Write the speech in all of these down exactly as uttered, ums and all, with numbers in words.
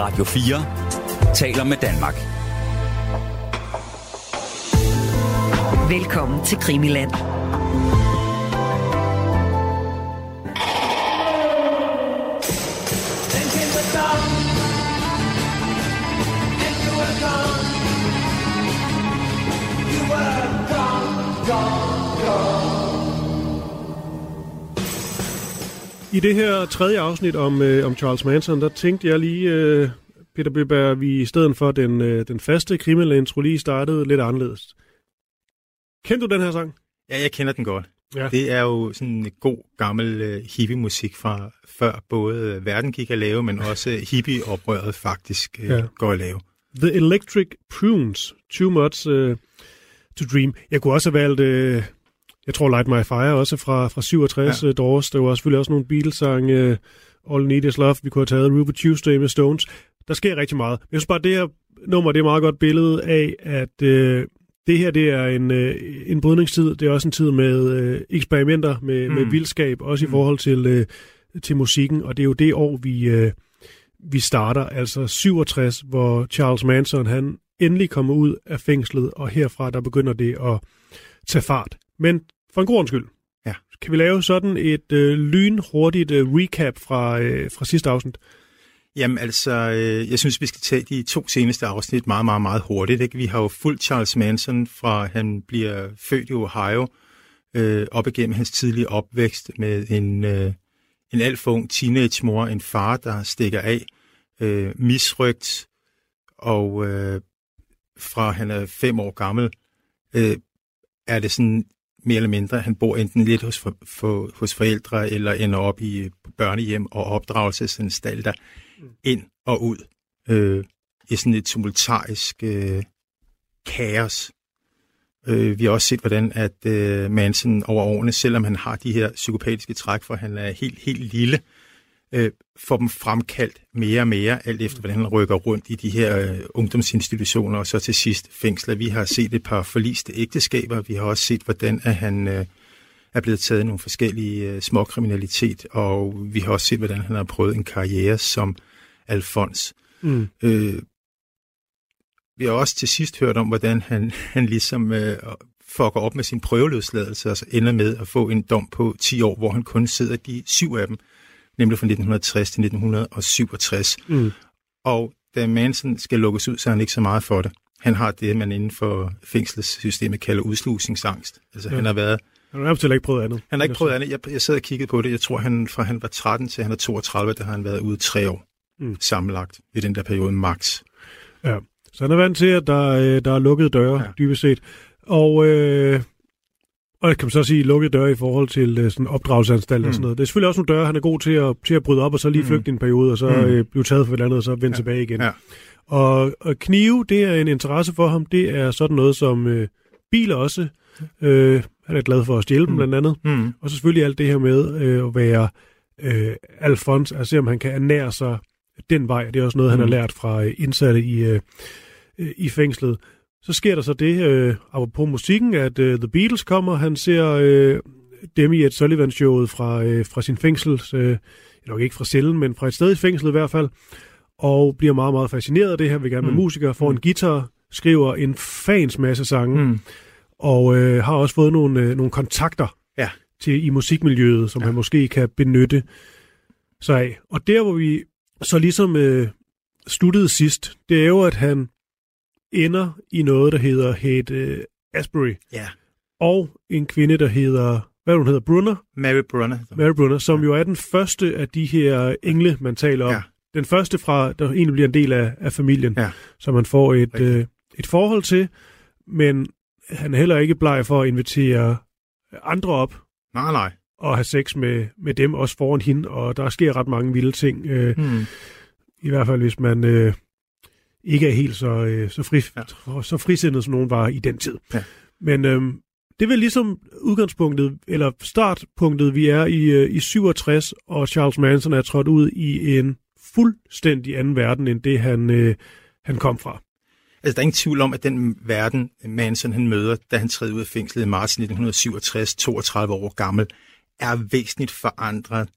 Radio fire taler med Danmark. Velkommen til Krimiland. I det her tredje afsnit om, øh, om Charles Manson, der tænkte jeg lige, øh, Peter Bøberg, vi i stedet for den, øh, den faste Krimiland-intro lige startede lidt anderledes. Kender du den her sang? Ja, jeg kender den godt. Ja. Det er jo sådan en god, gammel uh, hippie-musik fra før både uh, verden gik at lave, men også hippie-oprøret faktisk uh, ja. går at lave. The Electric Prunes, Too Much uh, to Dream. Jeg kunne også have valgt... Uh, Jeg tror, Light My Fire også fra, fra syvogtres, ja. uh, Doors. Der var selvfølgelig også nogle Beatles-sange, uh, All I Need Is Love. Vi kunne have taget Ruby Tuesday med Stones. Der sker rigtig meget. Jeg synes bare, det her nummer, det er et meget godt billede af, at uh, det her, det er en, uh, en brydningstid. Det er også en tid med uh, eksperimenter, med, mm. med vildskab, også mm. i forhold til, uh, til musikken. Og det er jo det år, vi, uh, vi starter, altså syvogtres, hvor Charles Manson, han endelig kommer ud af fængslet, og herfra, der begynder det at tage fart. Men for en god skyld, ja. kan vi lave sådan et øh, lynhurtigt øh, recap fra, øh, fra sidste afsnit? Jamen altså, øh, jeg synes, vi skal tage de to seneste afsnit meget, meget, meget hurtigt. Ikke? Vi har jo fulgt Charles Manson fra han bliver født i Ohio, øh, op igennem hans tidlige opvækst med en, øh, en alt for ung teenage-mor, en far, der stikker af, øh, misrygt, og øh, fra han er fem år gammel, øh, er det sådan mere eller mindre, han bor enten lidt hos, for, for, hos forældre, eller ender op i børnehjem og opdragelsesanstalter, mm. ind og ud øh, i sådan et tumultarisk øh, kaos. Øh, vi har også set, hvordan at øh, Manson over årene, selvom han har de her psykopatiske træk, for han er helt, helt lille, øh, får dem fremkaldt mere og mere, alt efter hvordan han rykker rundt i de her øh, ungdomsinstitutioner, og så til sidst fængsler. Vi har set et par forliste ægteskaber, vi har også set, hvordan at han øh, er blevet taget i nogle forskellige øh, småkriminalitet, og vi har også set, hvordan han har prøvet en karriere som Alfons. Mm. Øh, vi har også til sidst hørt om, hvordan han, han ligesom øh, fucker op med sin prøveløsladelse, og så ender med at få en dom på ti år, hvor han kun sidder de syv af dem, nemlig fra nitten tres til nitten syvogtres. Mm. Og da Manson skal lukkes ud, så er han ikke så meget for det. Han har det, man inden for fængselssystemet kalder udslusningsangst. Altså ja. han har været... Han har ikke prøvet andet. Han har ikke prøvet andet. Jeg, jeg sad og kiggede på det. Jeg tror, han fra han var tretten til han er toogtredive, der har han været ude tre år mm. sammenlagt i den der periode max. Ja, så han er vant til, at der, der er lukkede døre, ja. dybest set. Og... Øh... Og kan man så sige lukket døre i forhold til uh, sådan opdragelsesanstalt mm. og sådan noget. Det er selvfølgelig også nogle døre, han er god til at, til at bryde op, og så lige flygte mm. en periode, og så mm. øh, blive taget for et andet, og så vende ja. tilbage igen. Ja. Og, og knive, det er en interesse for ham. Det er sådan noget som øh, biler også. Øh, han er glad for at stjæle dem, mm. blandt andet. Mm. Og så selvfølgelig alt det her med øh, at være øh, Alfons, altså om han kan ernære sig den vej. Det er også noget, mm. han har lært fra øh, indsatte i, øh, i fængslet. Så sker der så det, øh, apropos musikken, at øh, The Beatles kommer. Han ser øh, dem i et Sullivan-showet fra, øh, fra sin fængsel, øh, nok ikke fra cellen, men fra et sted i fængslet i hvert fald, og bliver meget, meget fascineret af det her, vil gerne være mm. musiker, får mm. en guitar, skriver en fans masse sange, mm. og øh, har også fået nogle, øh, nogle kontakter ja. til, i musikmiljøet, som ja. han måske kan benytte sig af. Og der, hvor vi så ligesom øh, sluttede sidst, det er jo, at han ender i noget, der hedder Haight uh, Ashbury. Ja. Og en kvinde, der hedder, hvad hun hedder, Brunner? Mary Brunner. Mary Brunner, som ja. jo er den første af de her engle, man taler om. Ja. Den første fra, der egentlig bliver en del af, af familien, ja. så man får et, øh, et forhold til, men han er heller ikke bleg for at invitere andre op. Nej, nej. Og have sex med, med dem, også foran hende, og der sker ret mange vilde ting. Øh, hmm. I hvert fald, hvis man... Øh, ikke er helt så, øh, så, fri, ja. så frisindet, som nogen var i den tid. Ja. Men øhm, det er vel ligesom udgangspunktet, eller startpunktet, vi er i, øh, i syvogtres, og Charles Manson er trådt ud i en fuldstændig anden verden, end det han, øh, han kom fra. Altså, der er ingen tvivl om, at den verden, Manson han møder, da han træder ud af fængslet i marts nitten syvogtres, toogtredive år gammel, er væsentligt forandret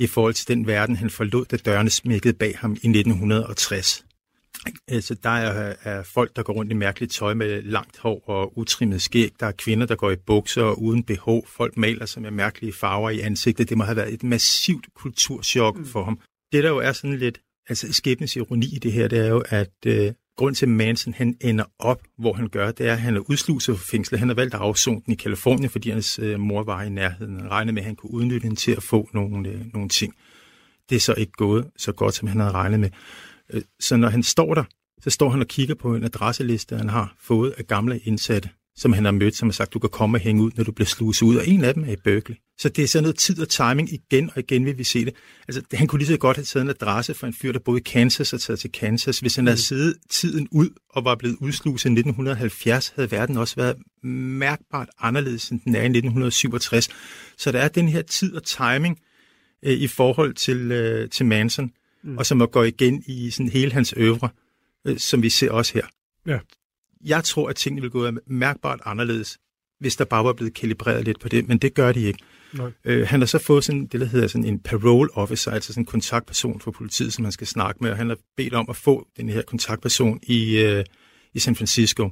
i forhold til den verden, han forlod, da dørene smækkede bag ham i nitten tres. Altså, der er, er folk, der går rundt i mærkeligt tøj med langt hår og utrimmet skæg. Der er kvinder, der går i bukser og uden B H. Folk maler sig med mærkelige farver i ansigtet. Det må have været et massivt kulturschok mm. for ham. Det, der jo er sådan lidt altså skæbnens ironi i det her, det er jo, at øh, grund til, at Manson han ender op, hvor han gør, det er, at han er udsluset for fængslet. Han har valgt at afsone den i Californien, fordi hans øh, mor var i nærheden. Han regnede med, at han kunne udnytte hende til at få nogle, øh, nogle ting. Det er så ikke gået så godt, som han havde regnet med. Øh, så når han står der, så står han og kigger på en adresseliste, han har fået af gamle indsatte, som han har mødt, som har sagt, du kan komme og hænge ud, når du bliver sluset ud, og en af dem er i Berkeley. Så det er sådan noget tid og timing, igen og igen vil vi se det. Altså, han kunne lige så godt have taget en adresse for en fyr, der boede i Kansas og taget til Kansas. Hvis han havde siddet tiden ud og var blevet udsluset i nitten halvfjerds, havde verden også været mærkbart anderledes, end den er i nitten syvogtres. Så der er den her tid og timing øh, i forhold til, øh, til Manson, mm. og som må gå igen i sådan hele hans øvre, øh, som vi ser også her. Ja. Jeg tror, at tingene vil gå mærkbart anderledes, hvis der bare var blevet kalibreret lidt på det, men det gør de ikke. Øh, han har så fået sådan, det, der hedder sådan en parole officer, altså sådan en kontaktperson for politiet, som han skal snakke med, og han har bedt om at få den her kontaktperson i, øh, i San Francisco.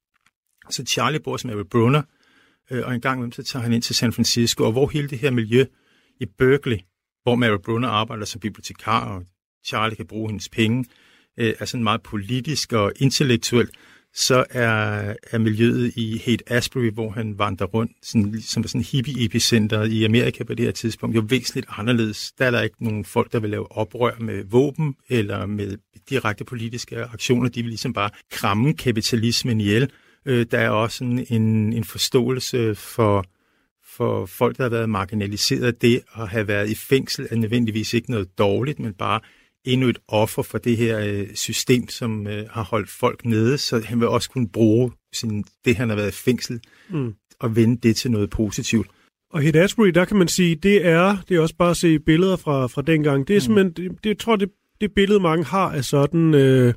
Så Charlie bor som Mary Brunner, øh, og en gang imellem så tager han ind til San Francisco, og hvor hele det her miljø i Berkeley, hvor Mary Brunner arbejder som bibliotekar, og Charlie kan bruge hendes penge, øh, er sådan meget politisk og intellektuelt, så er, er miljøet i Haight-Ashbury, hvor han vandrer rundt, sådan, som sådan hippie-epicenter i Amerika på det her tidspunkt, jo væsentligt anderledes. Der er der ikke nogen folk, der vil lave oprør med våben eller med direkte politiske aktioner. De vil ligesom bare kramme kapitalismen ihjel. Øh, der er også en, en, en forståelse for, for folk, der har været marginaliseret. Det at have været i fængsel er nødvendigvis ikke noget dårligt, men bare endnu et offer for det her øh, system, som øh, har holdt folk nede, så han vil også kunne bruge sin, det, han har været i fængsel, mm. og vende det til noget positivt. Og Haight-Ashbury, der kan man sige, det er, det er også bare at se billeder fra, fra dengang. Det er simpelthen, det, det, jeg tror, det, det billede, mange har af sådan, øh,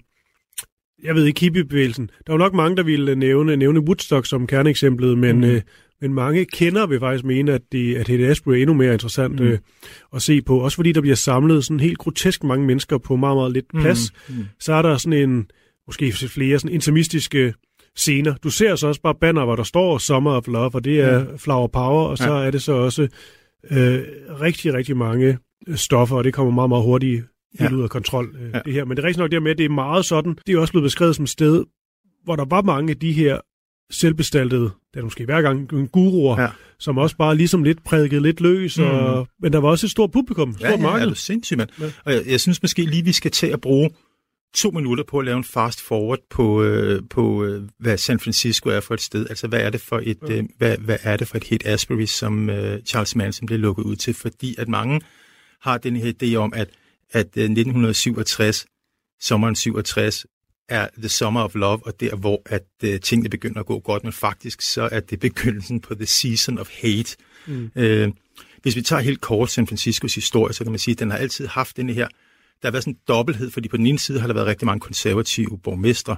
jeg ved ikke, hippiebevægelsen. Der er jo nok mange, der ville nævne, nævne Woodstock som kerneeksemplet, men mm. øh, Men mange kender vil faktisk mene, at, det, at Haight-Ashbury er endnu mere interessant mm. øh, at se på. Også fordi der bliver samlet sådan helt grotesk mange mennesker på meget, meget lidt plads. Mm. Mm. Så er der sådan en, måske flere sådan intimistiske scener. Du ser så også bare banner, hvor der står Summer of Love, og det er mm. Flower Power, og så ja. er det så også øh, rigtig, rigtig mange stoffer, og det kommer meget, meget hurtigt helt ja. ud af kontrol. Øh, ja. det her. Men det er rigtig nok dermed, det er meget sådan. Det er også blevet beskrevet som et sted, hvor der var mange af de her selvbestaltede, der er måske hver gang en guruer, ja. som også bare ligesom lidt prædikede lidt løs, mm. og, men der var også et stort publikum, et stort ja, ja, marked. Ja, det er sindssygt, mand. Ja. Og jeg, jeg synes måske lige, vi skal tage at bruge to minutter på at lave en fast forward på, øh, på øh, hvad San Francisco er for et sted. Altså, hvad er det for et, ja. øh, hvad, hvad er det for et Haight-Ashbury, som øh, Charles Manson blev lukket ud til? Fordi at mange har den her idé om, at, at øh, nitten syvogtres, sommeren syvogtres, er The Summer of Love, og der, hvor at uh, tingene begynder at gå godt, men faktisk så er det begyndelsen på The Season of Hate. Mm. Uh, hvis vi tager helt kort San Franciscos historie, så kan man sige, at den har altid haft denne her, der har været sådan en dobbelthed, fordi på den ene side har der været rigtig mange konservative borgmestre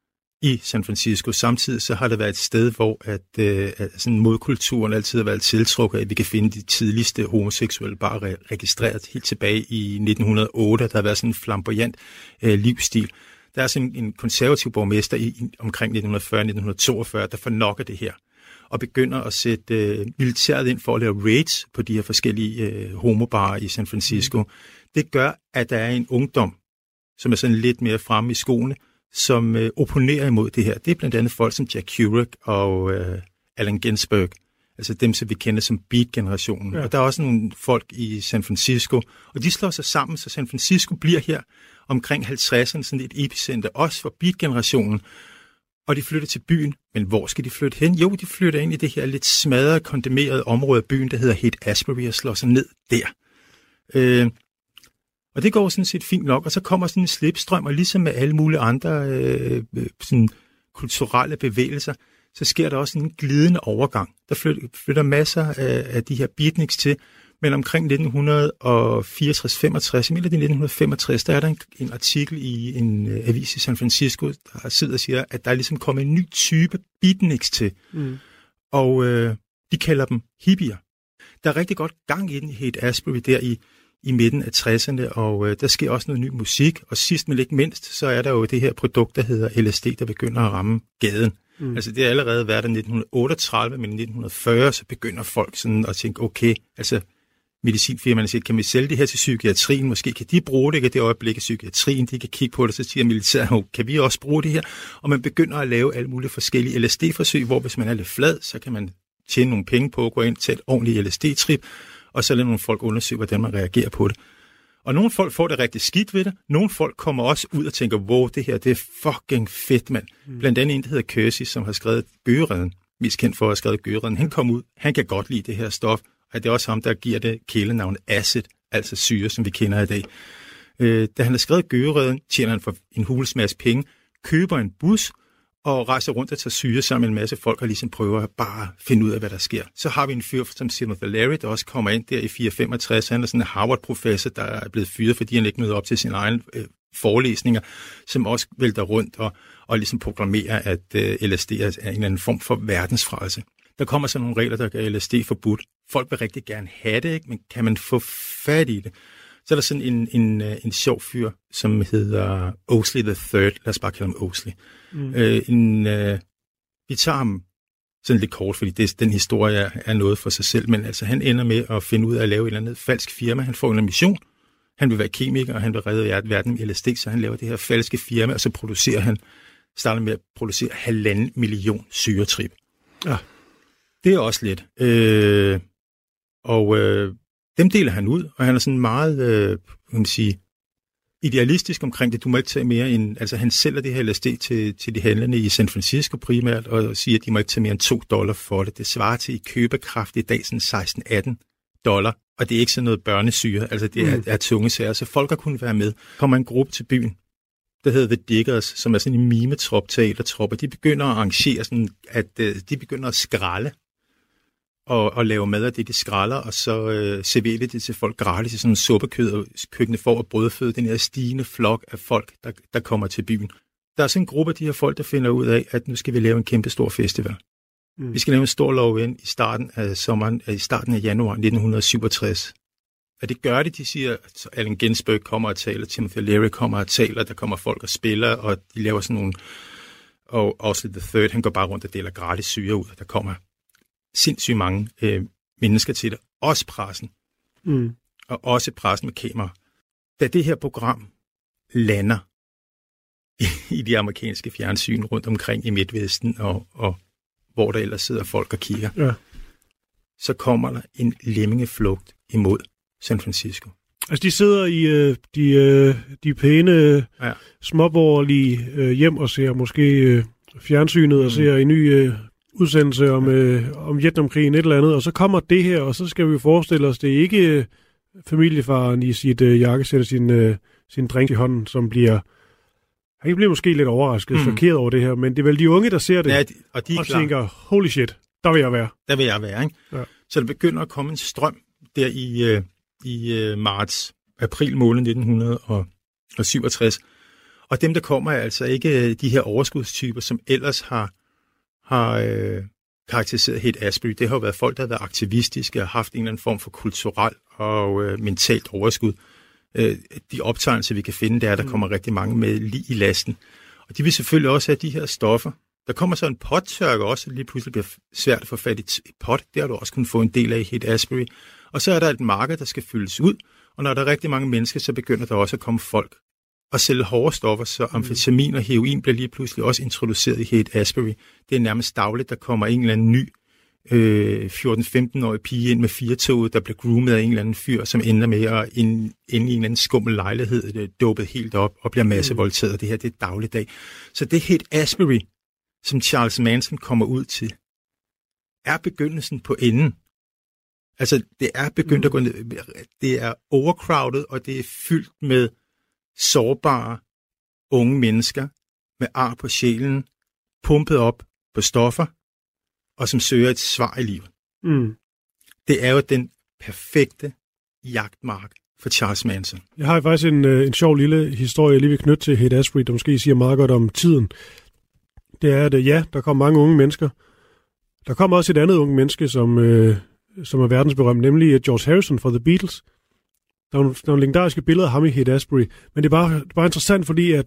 i San Francisco. Samtidig så har det været et sted, hvor at, uh, at sådan modkulturen altid har været tiltrukket, at vi kan finde de tidligste homoseksuelle bare re- registreret helt tilbage i nitten hundrede og otte. Der har været sådan en flamboyant uh, livsstil. Der er sådan en konservativ borgmester i, omkring nitten fyrre til nitten toogfyrre, der fornokker det her, og begynder at sætte øh, militæret ind for at lave raids på de her forskellige øh, homobarer i San Francisco. Mm. Det gør, at der er en ungdom, som er sådan lidt mere fremme i skoene, som øh, opponerer imod det her. Det er blandt andet folk som Jack Kerouac og øh, Allen Ginsberg, altså dem, som vi kender som Beat-generationen. Ja. Og der er også nogle folk i San Francisco, og de slår sig sammen, så San Francisco bliver her omkring halvtredserne, sådan et epicenter, også for Beat-generationen, og de flytter til byen. Men hvor skal de flytte hen? Jo, de flytter ind i det her lidt smadrede, kondemnerede område af byen, der hedder Haight-Ashbury, og slår sig ned der. Øh, og det går sådan set fint nok, og så kommer sådan en slipstrøm, og ligesom med alle mulige andre øh, sådan kulturelle bevægelser, så sker der også en glidende overgang. Der flytter, flytter masser af, af de her beatniks til, men omkring nitten fireogtres femogtres, i nitten femogtres, der er der en, en artikel i en uh, avis i San Francisco, der sidder og siger, at der er ligesom kommet en ny type beatniks til, mm. og uh, de kalder dem hippier. Der er rigtig godt gang i den i Haight-Ashbury der i, i midten af tresserne, og øh, der sker også noget ny musik, og sidst men ikke mindst, så er der jo det her produkt, der hedder L S D, der begynder at ramme gaden. Mm. Altså det er allerede været der nitten otteogtredive, men i nitten fyrre, så begynder folk sådan at tænke, okay, altså medicinfirmaerne siger, kan vi sælge det her til psykiatrien? Måske kan de bruge det, ikke? Det øjeblik, at psykiatrien, de kan kigge på det, så siger militæret, kan vi også bruge det her? Og man begynder at lave alle mulige forskellige L S D-forsøg, hvor hvis man er lidt flad, så kan man tjene nogle penge på at gå ind til et ordentligt L S D-trip, og så lader nogle folk undersøge, hvordan man reagerer på det. Og nogle folk får det rigtig skidt ved det. Nogle folk kommer også ud og tænker, wow, det her, det er fucking fedt, mand. Mm. Blandt andet en, der hedder Kersey, som har skrevet Gøgeredden, mest kendt for at have skrevet Gøgeredden. Han kom ud, han kan godt lide det her stof, og det er også ham, der giver det kælenavnet acid, altså syre, som vi kender i dag. Øh, da han har skrevet Gøgeredden, tjener han for en hulens masse penge, køber en bus, og rejser rundt og tager syre sammen med en masse folk, og ligesom prøver at bare finde ud af, hvad der sker. Så har vi en fyr som Timothy Leary, der også kommer ind der i fireogtres femogtres. Han er sådan en Harvard-professor, der er blevet fyret, fordi han ikke nåede op til sine egne øh, forelæsninger, som også vælter rundt og, og ligesom proklamerer, at øh, L S D er en eller anden form for verdensfrelse. Der kommer så nogle regler, der gør L S D forbudt. Folk vil rigtig gerne have det, ikke? Men kan man få fat i det? Så er der sådan en, en, en sjov fyr, som hedder Owsley the Third. Lad os bare kalde ham Owsley. Mm. Øh, en, øh, vi tager ham sådan lidt kort, fordi det, den historie er, er noget for sig selv, men altså han ender med at finde ud af at lave et eller andet falsk firma. Han får en mission. Han vil være kemiker, og han vil redde verden med L S D, så han laver det her falske firma, og så producerer han, starter med at producere halvanden million syretrip. Ja. Det er også lidt. Øh, og øh, dem deler han ud, og han er sådan meget, øh, kan man sige, idealistisk omkring det. Du må ikke tage mere end, altså han sælger det her L S D til, til de handlende i San Francisco primært, og siger, at de må ikke tage mere end to dollar for det. Det svarer til i købekraft i dag sådan seksten atten dollar, og det er ikke sådan noget børnesyre, altså det er, mm. er tunge sager, så folk har kunnet være med. Kommer en gruppe til byen, der hedder The Diggers, som er sådan en mimetrop, teatertrop, og de begynder at arrangere sådan, at øh, de begynder at skralde, og, og lave mad af det, de skralder, og så øh, serverer det til folk gratis i sådan en suppekød og køkkenet for at brødføde den her stigende flok af folk, der, der kommer til byen. Der er sådan en gruppe af de her folk, der finder ud af, at nu skal vi lave en kæmpe stor festival. Mm. Vi skal lave en stor lov-in i starten af sommeren, i starten af januar nitten syvogtres. Og det gør det, de siger, at Allen Ginsberg kommer og taler, Timothy Leary kommer og taler, der kommer folk og spiller, og de laver sådan nogle, og Owsley the Third, han går bare rundt og deler gratis syre ud, og der kommer sindssygt mange øh, mennesker til det. Også pressen. Mm. Og også pressen med kamera. Da det her program lander i, i de amerikanske fjernsyn rundt omkring i Midtvesten, og, og hvor der ellers sidder folk og kigger, ja. Så kommer der en lemmingeflugt imod San Francisco. Altså de sidder i øh, de, øh, de pæne, ja. småborgerlige øh, hjem og ser måske øh, fjernsynet mm. og ser en ny øh, udsendelse om, øh, om Vietnamkrigen, et eller andet, og så kommer det her, og så skal vi forestille os, det er ikke øh, familiefaren i sit øh, jakkesæt og sin, øh, sin drink i hånden, som bliver, han bliver måske lidt overrasket, mm. chokeret over det her, men det er vel de unge, der ser det, ja, de, og, de og tænker, holy shit, der vil jeg være. Der vil jeg være, ikke? Ja. Så der begynder at komme en strøm der i, øh, i øh, marts, april måned nitten syvogtres, og dem, der kommer, er altså ikke de her overskudstyper, som ellers har har øh, karakteriseret Haight-Ashbury. Det har jo været folk, der har været aktivistiske og haft en eller anden form for kulturel og øh, mentalt overskud. Øh, de optegnelser, vi kan finde, der er, der kommer rigtig mange med lige i lasten. Og de vil selvfølgelig også have de her stoffer. Der kommer så en pottørke også, lige pludselig bliver svært at få fat i et pot. Det har du også kunnet få en del af i Haight-Ashbury. Og så er der et marked, der skal fyldes ud. Og når der er rigtig mange mennesker, så begynder der også at komme folk og sælge hårde stoffer, så amfetamin og heroin bliver lige pludselig også introduceret i Haight-Ashbury. Det er nærmest dagligt, der kommer en eller anden ny øh, fjorten-femten-årig pige ind med firetoget, der bliver groomet af en eller anden fyr, som ender med at inde, inde i en eller anden skummel lejlighed, øh, dopet helt op og bliver massevoldtaget. Det her, det er dagligdag. Så det Haight-Ashbury, som Charles Manson kommer ud til, er begyndelsen på enden. Altså, det er begyndt at gå ned. Det er overcrowded, og det er fyldt med sårbare unge mennesker med ar på sjælen, pumpet op på stoffer, og som søger et svar i livet. Mm. Det er jo den perfekte jagtmark for Charles Manson. Jeg har faktisk en, en sjov lille historie, jeg lige vil knytte til Haight-Ashbury, der måske siger meget godt om tiden. Det er, at ja, der kommer mange unge mennesker. Der kommer også et andet unge menneske, som, øh, som er verdensberømt, nemlig George Harrison fra The Beatles. der er nogle, der er nogle legendariske billeder af ham i Haight-Ashbury, men det er, bare, det er bare interessant, fordi at,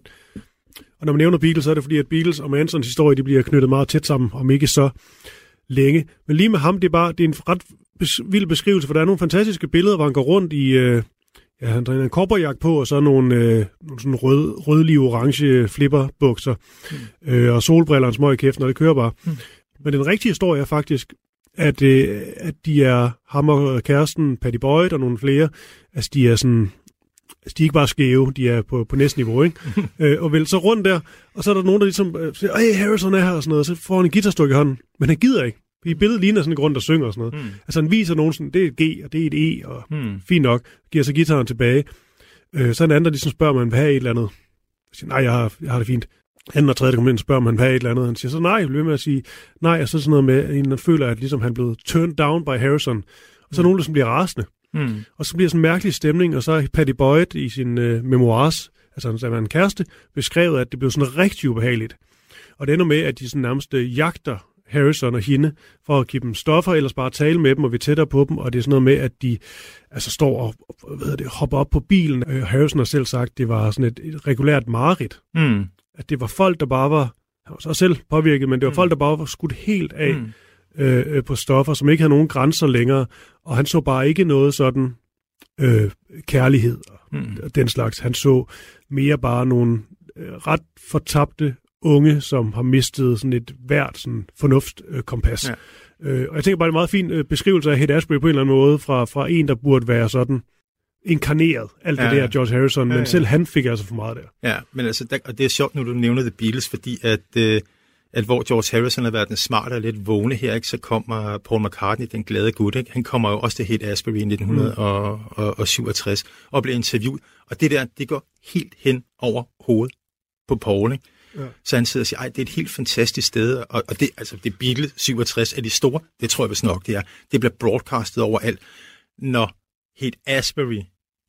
og når man nævner Beatles, så er det fordi, at Beatles og Mansons historie, de bliver knyttet meget tæt sammen, om ikke så længe. Men lige med ham, det er bare, det er en ret bes, vild beskrivelse, for der er nogle fantastiske billeder, hvor han går rundt i, øh, ja, han har en cowboyjakke på, og så nogle, øh, nogle sådan rød, rødlige, orange flipperbukser, mm. øh, og solbriller og smøg i kæften, og det kører bare. Mm. Men den rigtige historie er faktisk, at, øh, at de er ham og kæresten, Patty Boyd og nogle flere, altså de er sådan, altså de er ikke bare skæve, de er på, på næste niveau, ikke? øh, og vel så rundt der, og så er der nogen, der ligesom øh, siger, hey, Harrison er her, og sådan noget, og så får han en guitarstykke i hånden, men han gider ikke. I billedet ligner sådan en grund, der synger og sådan noget. Mm. Altså han viser nogen sådan, det er et G, og det er et E, og mm. fint nok, giver så guitaren tilbage. Øh, så er en anden, der ligesom spørger, man vil have et eller andet. Jeg siger, nej, jeg har, jeg har det fint. Anden og tredje, der kommer ind og spørger, man vil have et eller andet. Han siger så nej, jeg bliver med at sige nej, og så sådan noget med, at han føler, at ligesom han er blevet turned down by Harrison. Og så er mm. nogen, der sådan bliver rasende. Mm. Og så bliver sådan en mærkelig stemning, og så er Patty Boyd i sin øh, memoirs, altså han er en kæreste, beskrevet, at det blev sådan rigtig ubehageligt. Og det ender med, at de sådan nærmest øh, jagter Harrison og hende, for at give dem stoffer, ellers bare tale med dem, og vi tættere på dem, og det er sådan noget med, at de altså står og hvad hedder det, hopper op på bilen. Øh, Harrison har selv sagt, at det var sådan et, et regulært mareridt. Mm. At det var folk, der bare var, han var så selv påvirket, men det var mm. folk, der bare var skudt helt af mm. øh, på stoffer, som ikke havde nogen grænser længere, og han så bare ikke noget sådan øh, kærlighed og mm. den slags. Han så mere bare nogle øh, ret fortabte unge, som har mistet sådan et hvert sådan fornuftkompas. Ja. Øh, og jeg tænker bare, det er en meget fin øh, beskrivelse af Haight-Ashbury på en eller anden måde, fra, fra en, der burde være sådan inkarneret, alt ja, det der George Harrison, ja, ja. Men selv han fik altså for meget der. Ja, men altså, der, og det er sjovt, nu du nævner The Beatles, fordi at, øh, at hvor George Harrison har været den smarte og lidt vågne her, ikke, så kommer Paul McCartney, den glade gut, ikke? Han kommer jo også til Haight-Ashbury i nitten syvogtres mm. og bliver interviewet, og det der, det går helt hen over hovedet på Paul, ikke? Ja. Så han sidder og siger, ej, det er et helt fantastisk sted, og, og det, altså, det Beatles syvogtres er de store, det tror jeg vist nok, det er. Det bliver broadcastet overalt. Når Haight-Ashbury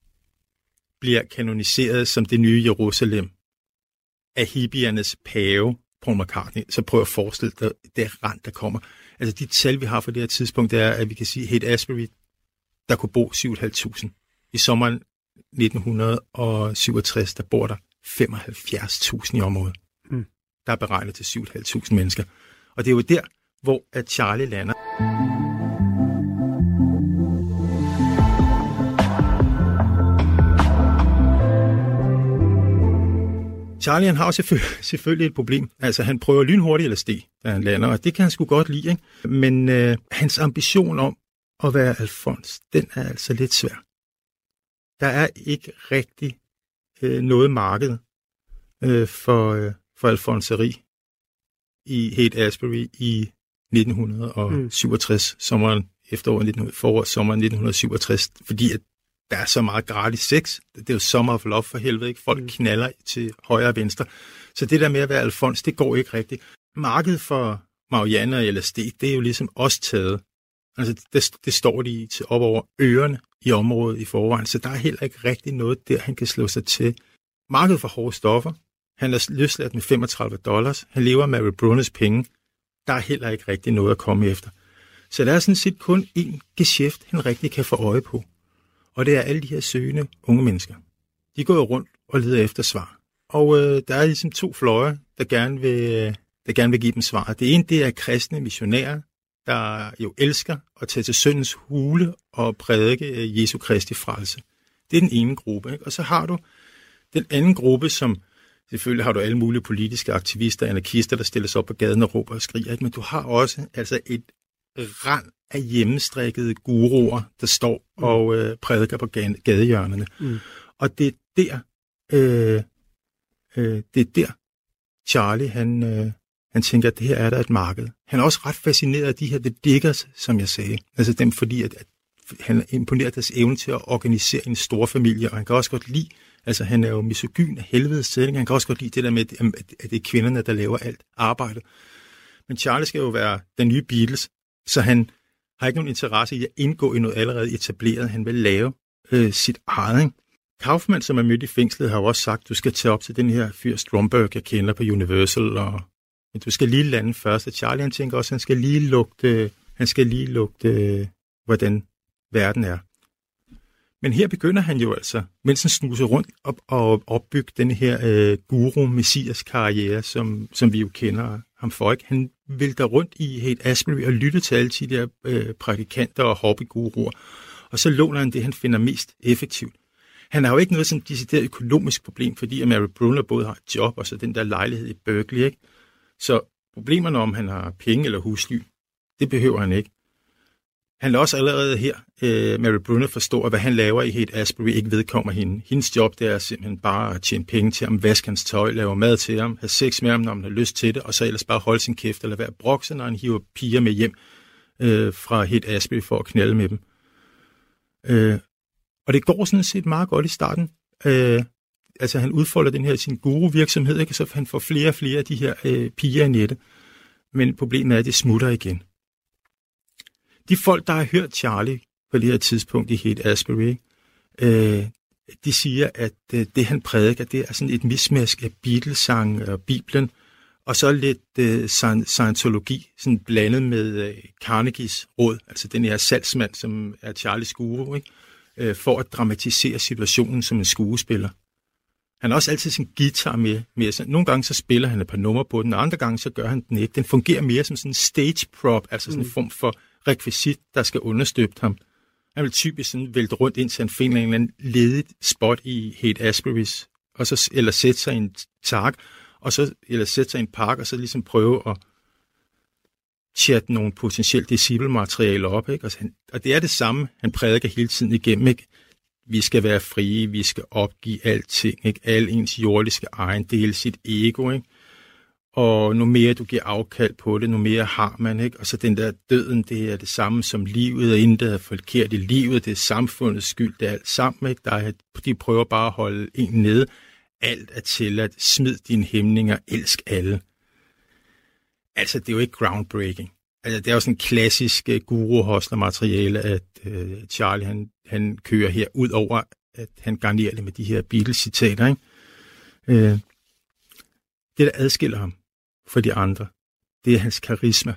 bliver kanoniseret som det nye Jerusalem af hippiernes pave, Paul McCartney, så prøv at forestille dig det rand, der kommer. Altså de tal, vi har for det her tidspunkt, det er, at vi kan sige, at Haight-Ashbury, der kunne bo syv tusind fem hundrede. I sommeren nitten syvogtres, der bor der femoghalvfjerds tusind i området. Mm. Der er beregnet til syv tusind fem hundrede mennesker. Og det er jo der, hvor at Charlie lander. Charlie, han har jo selvfølgelig, selvfølgelig et problem. Altså, han prøver lynhurtigt eller steg, da han lander, og det kan han sgu godt lide, ikke? Men øh, hans ambition om at være Alfons, den er altså lidt svær. Der er ikke rigtig øh, noget marked øh, for, øh, for alfonseri i Haight-Ashbury i nitten syvogtres, mm. sommeren, efteråret nitten, forår, sommeren nitten syvogtres, fordi at der er så meget gratis sex. Det er jo summer of love for helvede, ikke? Folk mm. knaller til højre og venstre. Så det der med at være Alfons, det går ikke rigtigt. Markedet for Marianne og L S D, det er jo ligesom også taget. Altså, det, det står de til op over ørerne i området i forvejen, så der er heller ikke rigtig noget der, han kan slå sig til. Markedet for hårde stoffer, han er løsladt med femogtredive dollars, han lever med Mary Brunes penge, der er heller ikke rigtig noget at komme efter. Så der er sådan set kun én geschæft, han rigtig kan få øje på. Og det er alle de her søgende unge mennesker. De går jo rundt og leder efter svar. Og øh, der er ligesom to fløje, der gerne vil, der gerne vil give dem svar. Det ene, det er kristne missionærer, der jo elsker at tage til syndens hule og prædike Jesu Kristi frelse. Det er den ene gruppe, ikke? Og så har du den anden gruppe, som selvfølgelig har du alle mulige politiske aktivister, anarkister, der stiller sig op på gaden og råber og skriger, ikke? Men du har også altså et rand af hjemmestrikkede guruer, der står og øh, prædiker på gadehjørnerne. Mm. Og det er der, øh, øh, det er der, Charlie, han, øh, han tænker, at det her er der et marked. Han er også ret fascineret af de her The Diggers, som jeg sagde. Altså dem, fordi at, at han er imponeret deres evne til at organisere en stor familie, og han kan også godt lide, altså han er jo misogyn af helvedes sætning, han kan også godt lide det der med, at det er kvinderne, der laver alt arbejdet. Men Charlie skal jo være den nye Beatles, så han har ikke nogen interesse i at indgå i noget allerede etableret. Han vil lave øh, sit eget. Ikke? Kaufman, som er mødt i fængslet, har jo også sagt, du skal tage op til den her fyr Stromberg, jeg kender på Universal, og men du skal lige lande først. Og Charlie, han tænker også, han skal lige lugte, han skal lige lugte, hvordan verden er. Men her begynder han jo altså, mens han snuser rundt op og opbygge den her øh, guru-messias-karriere, som, som vi jo kender ham for. Ikke? Han vælter rundt i Haight-Ashbury og lytter til alle de der øh, praktikanter og hobbyguruer, og så låner han det, han finder mest effektivt. Han har jo ikke noget som decideret økonomisk problem, fordi Mary Brunner både har et job og så den der lejlighed i Berkeley. Ikke? Så problemerne om, han har penge eller husly, det behøver han ikke. Han lader også allerede her, øh, Mary Brunner forstår, at hvad han laver i Haight-Ashbury ikke vedkommer hende. Hendes job, det er simpelthen bare at tjene penge til ham, vaske hans tøj, lave mad til ham, have sex med ham, når han har lyst til det, og så ellers bare holde sin kæft eller være brokse, når han hiver piger med hjem øh, fra Haight-Ashbury for at knalde med dem. Øh, og det går sådan set meget godt i starten. Øh, altså han udfolder den her sin guru-virksomhed, ikke? Så han får flere og flere af de her øh, piger i nettet. Men problemet er, at det smutter igen. De folk, der har hørt Charlie på det her tidspunkt i Haight-Ashbury, øh, de siger, at øh, det han prædiker, det er sådan et mismask af Beatles-sang og Bibelen, og så lidt øh, Scientologi, sådan blandet med øh, Carnegies råd, altså den her salgsmand, som er Charlies guru, ikke? Øh, for at dramatisere situationen som en skuespiller. Han har også altid sin guitar med. med så nogle gange så spiller han et par numre på den, og andre gange så gør han den ikke. Den fungerer mere som sådan en stage prop, altså sådan en form for rekvisit, der skal understøtte ham. Han vil typisk sådan vælte rundt ind til han finder en eller anden ledigt spot i Haight-Ashburys, og så, eller sætte sig i en park, og så, eller sætte sig i en park, og så ligesom prøve at chatte nogle potentielt disciple-materialer op. Ikke? Og, han, og det er det samme, han prædiker hele tiden igennem. Ikke? Vi skal være frie, vi skal opgive alting, ikke? Al ens jordiske ejendele, sit ego, ikke? Og nu mere du giver afkald på det, nu mere har man, ikke? Og så den der døden, det er det samme som livet, og intet er forkert i livet, det er samfundets skyld, det er alt sammen, ikke? Der er, de prøver bare at holde en nede. Alt er tilladt, smid dine hæmninger, elsk alle. Altså, det er jo ikke groundbreaking. Altså, det er jo sådan en klassisk uh, guru-hostler-materiale, at uh, Charlie, han, han kører her, ud over at han garnerer det med de her Beatles-citater, ikke? Uh, det, der adskiller ham fra de andre, det er hans karisma.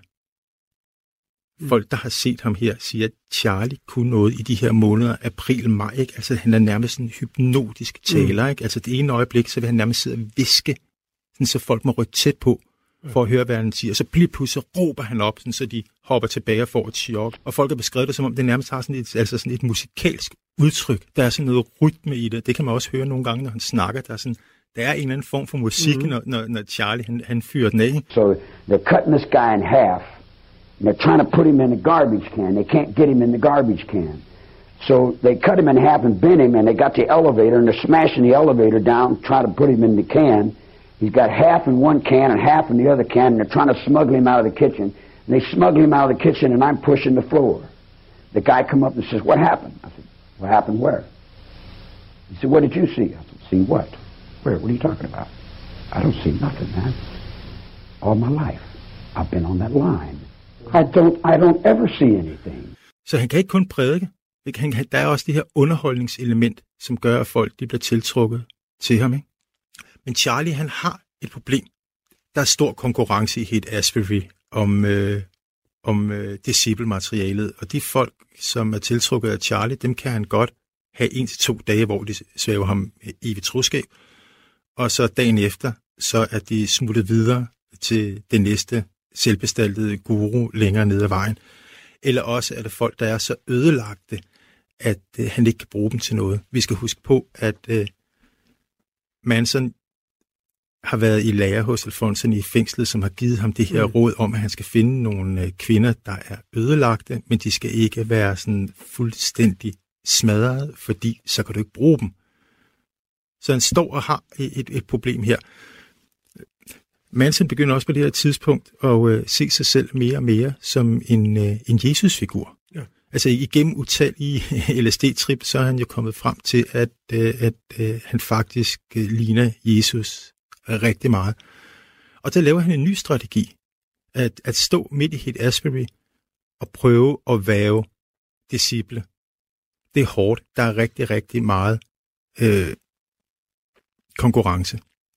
Folk, der har set ham her, siger, at Charlie kunne noget i de her måneder, april, maj, ikke? Altså, han er nærmest en hypnotisk taler, ikke? Altså, det ene øjeblik, så vil han nærmest sidde og viske, sådan, så folk må rykke tæt på, for at høre, hvad han siger. Og så pludselig råber han op, sådan, så de hopper tilbage og får et chok. Og folk har beskrevet det, som om det nærmest har sådan et, altså sådan et musikalsk udtryk. Der er sådan noget rytme i det. Det kan man også høre nogle gange, når han snakker. Der er, sådan, der er en eller anden form for musik, mm-hmm. når, når, når Charlie han, han fyrer den af. So they're cutting this guy in half, and they're trying to put him in the garbage can. They can't get him in the garbage can. So they cut him in half and bent him, and they got the elevator, and they're smashing the elevator down, trying to put him in the can. He's got half in one can and half in the other can, and they're trying to smuggle him out of the kitchen. And they smuggle him out of the kitchen, and I'm pushing the floor. The guy come up and says, "What happened?" I said, "What happened where?" He said, "What did you see?" I said, "See what? Where? What are you talking about?" "I don't see nothing, man. All my life, I've been on that line. I don't, I don't ever see anything." Så han kan ikke kun prædike. Der er også det her underholdningselement, som gør, at folk de bliver tiltrukket til ham, ikke? Men Charlie, han har et problem. Der er stor konkurrence i Haight-Ashbury om, øh, om øh, disciple-materialet, og de folk, som er tiltrukket af Charlie, dem kan han godt have en til to dage, hvor de svæver ham i troskab, og så dagen efter, så er de smuttet videre til det næste selvbestaltede guru længere ned ad vejen. Eller også er det folk, der er så ødelagte, at øh, han ikke kan bruge dem til noget. Vi skal huske på, at øh, Manson har været i lære hos Alfonsen i fængslet, som har givet ham det her mm. råd om, at han skal finde nogle øh, kvinder, der er ødelagte, men de skal ikke være sådan fuldstændig smadret, fordi så kan du ikke bruge dem. Så han står og har et, et problem her. Manson begynder også på det her tidspunkt at øh, se sig selv mere og mere som en, øh, en Jesus-figur. Ja. Altså igennem utallige L S D-trip, så er han jo kommet frem til, at, øh, at øh, han faktisk øh, ligner Jesus rigtig meget. Og der laver han en ny strategi, at, at stå midt i Haight-Ashbury og prøve at væve disciple. Det er hårdt. Der er rigtig, rigtig meget øh, konkurrence.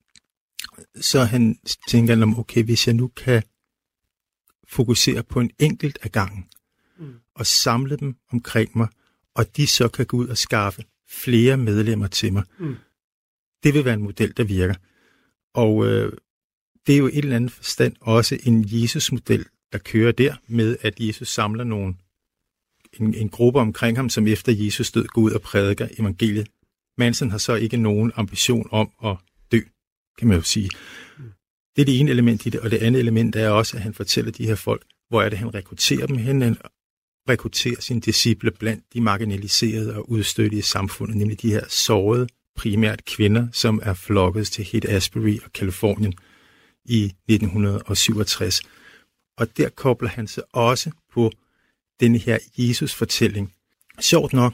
Så han tænker, okay, hvis jeg nu kan fokusere på en enkelt af gangen, mm. og samle dem omkring mig, og de så kan gå ud og skaffe flere medlemmer til mig. Mm. Det vil være en model, der virker. Og øh, det er jo et eller andet forstand også en Jesus-model, der kører der med, at Jesus samler nogle, en, en gruppe omkring ham, som efter Jesus død går ud og prædiker evangeliet. Manson har så ikke nogen ambition om at dø, kan man jo sige. Mm. Det er det ene element i det, og det andet element er også, at han fortæller de her folk, hvor er det, han rekrutterer dem hen. Han rekrutterer sine disciple blandt de marginaliserede og udstødte i samfundet, nemlig de her sårede, primært kvinder, som er flokket til Haight-Ashbury og Californien i nitten syvogtres. Og der kobler han sig også på denne her Jesus-fortælling. Sjovt nok,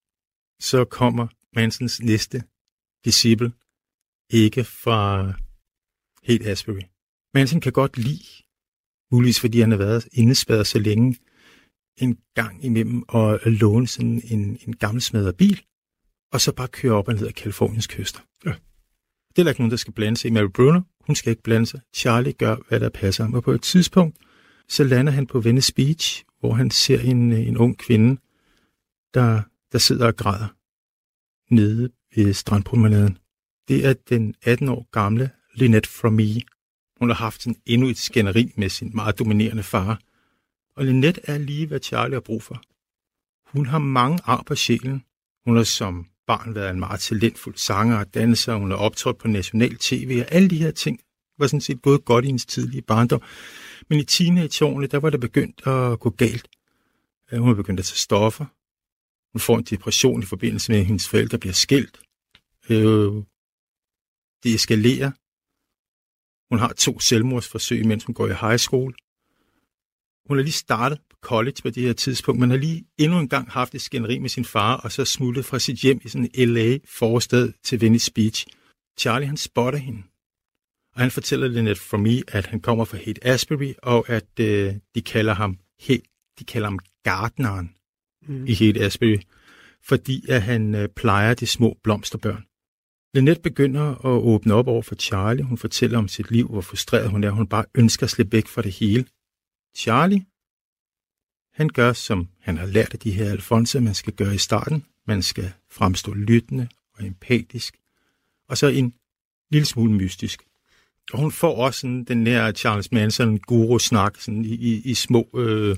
så kommer Mansons næste disciple ikke fra Haight-Ashbury. Manson kan godt lide, muligvis fordi han har været indespærret så længe, en gang imellem og låne sådan en, en gammel smadret bil, og så bare køre op og ned ad Californiens kyster. Ja. Det er der ikke nogen, der skal blande sig i. Mary Brunner, hun skal ikke blande sig. Charlie gør, hvad der passer ham. Og på et tidspunkt, så lander han på Venice Beach, hvor han ser en, en ung kvinde, der, der sidder og græder nede ved strandpromenaden. Det er den atten år gamle Lynette Fromee. Hun har haft sådan endnu et skænderi med sin meget dominerende far. Og Lynette er lige, hvad Charlie har brug for. Hun har mange ar på sjælen. Hun har som barn været en meget talentfuld sanger og danser. Hun har optrådt på national tv, og alle de her ting var sådan set gået godt i hendes tidlige barndom. Men i teenageårene, der var det begyndt at gå galt. Hun har begyndt at tage stoffer. Hun får en depression i forbindelse med, at hendes forældre bliver skilt. Øh, det eskalerer. Hun har to selvmordsforsøg, mens hun går i high school. Hun har lige startet på college på det her tidspunkt, men har lige endnu en gang haft et skænderi med sin far, og så smuttet fra sit hjem i sådan en L A forstad til Venice Beach. Charlie, han spotter hende, og han fortæller Lynette Fromee, at han kommer fra Haight-Ashbury, og at øh, de kalder ham he, de kalder ham gartneren mm. i Haight-Ashbury, fordi at han øh, plejer de små blomsterbørn. Lynette begynder at åbne op over for Charlie. Hun fortæller om sit liv, hvor frustreret hun er. Hun bare ønsker at slippe væk fra det hele. Charlie, han gør, som han har lært af de her alfonser, man skal gøre i starten. Man skal fremstå lyttende og empatisk, og så en lille smule mystisk. Og hun får også sådan den her Charles Manson guru-snak sådan i, i, i små, øh,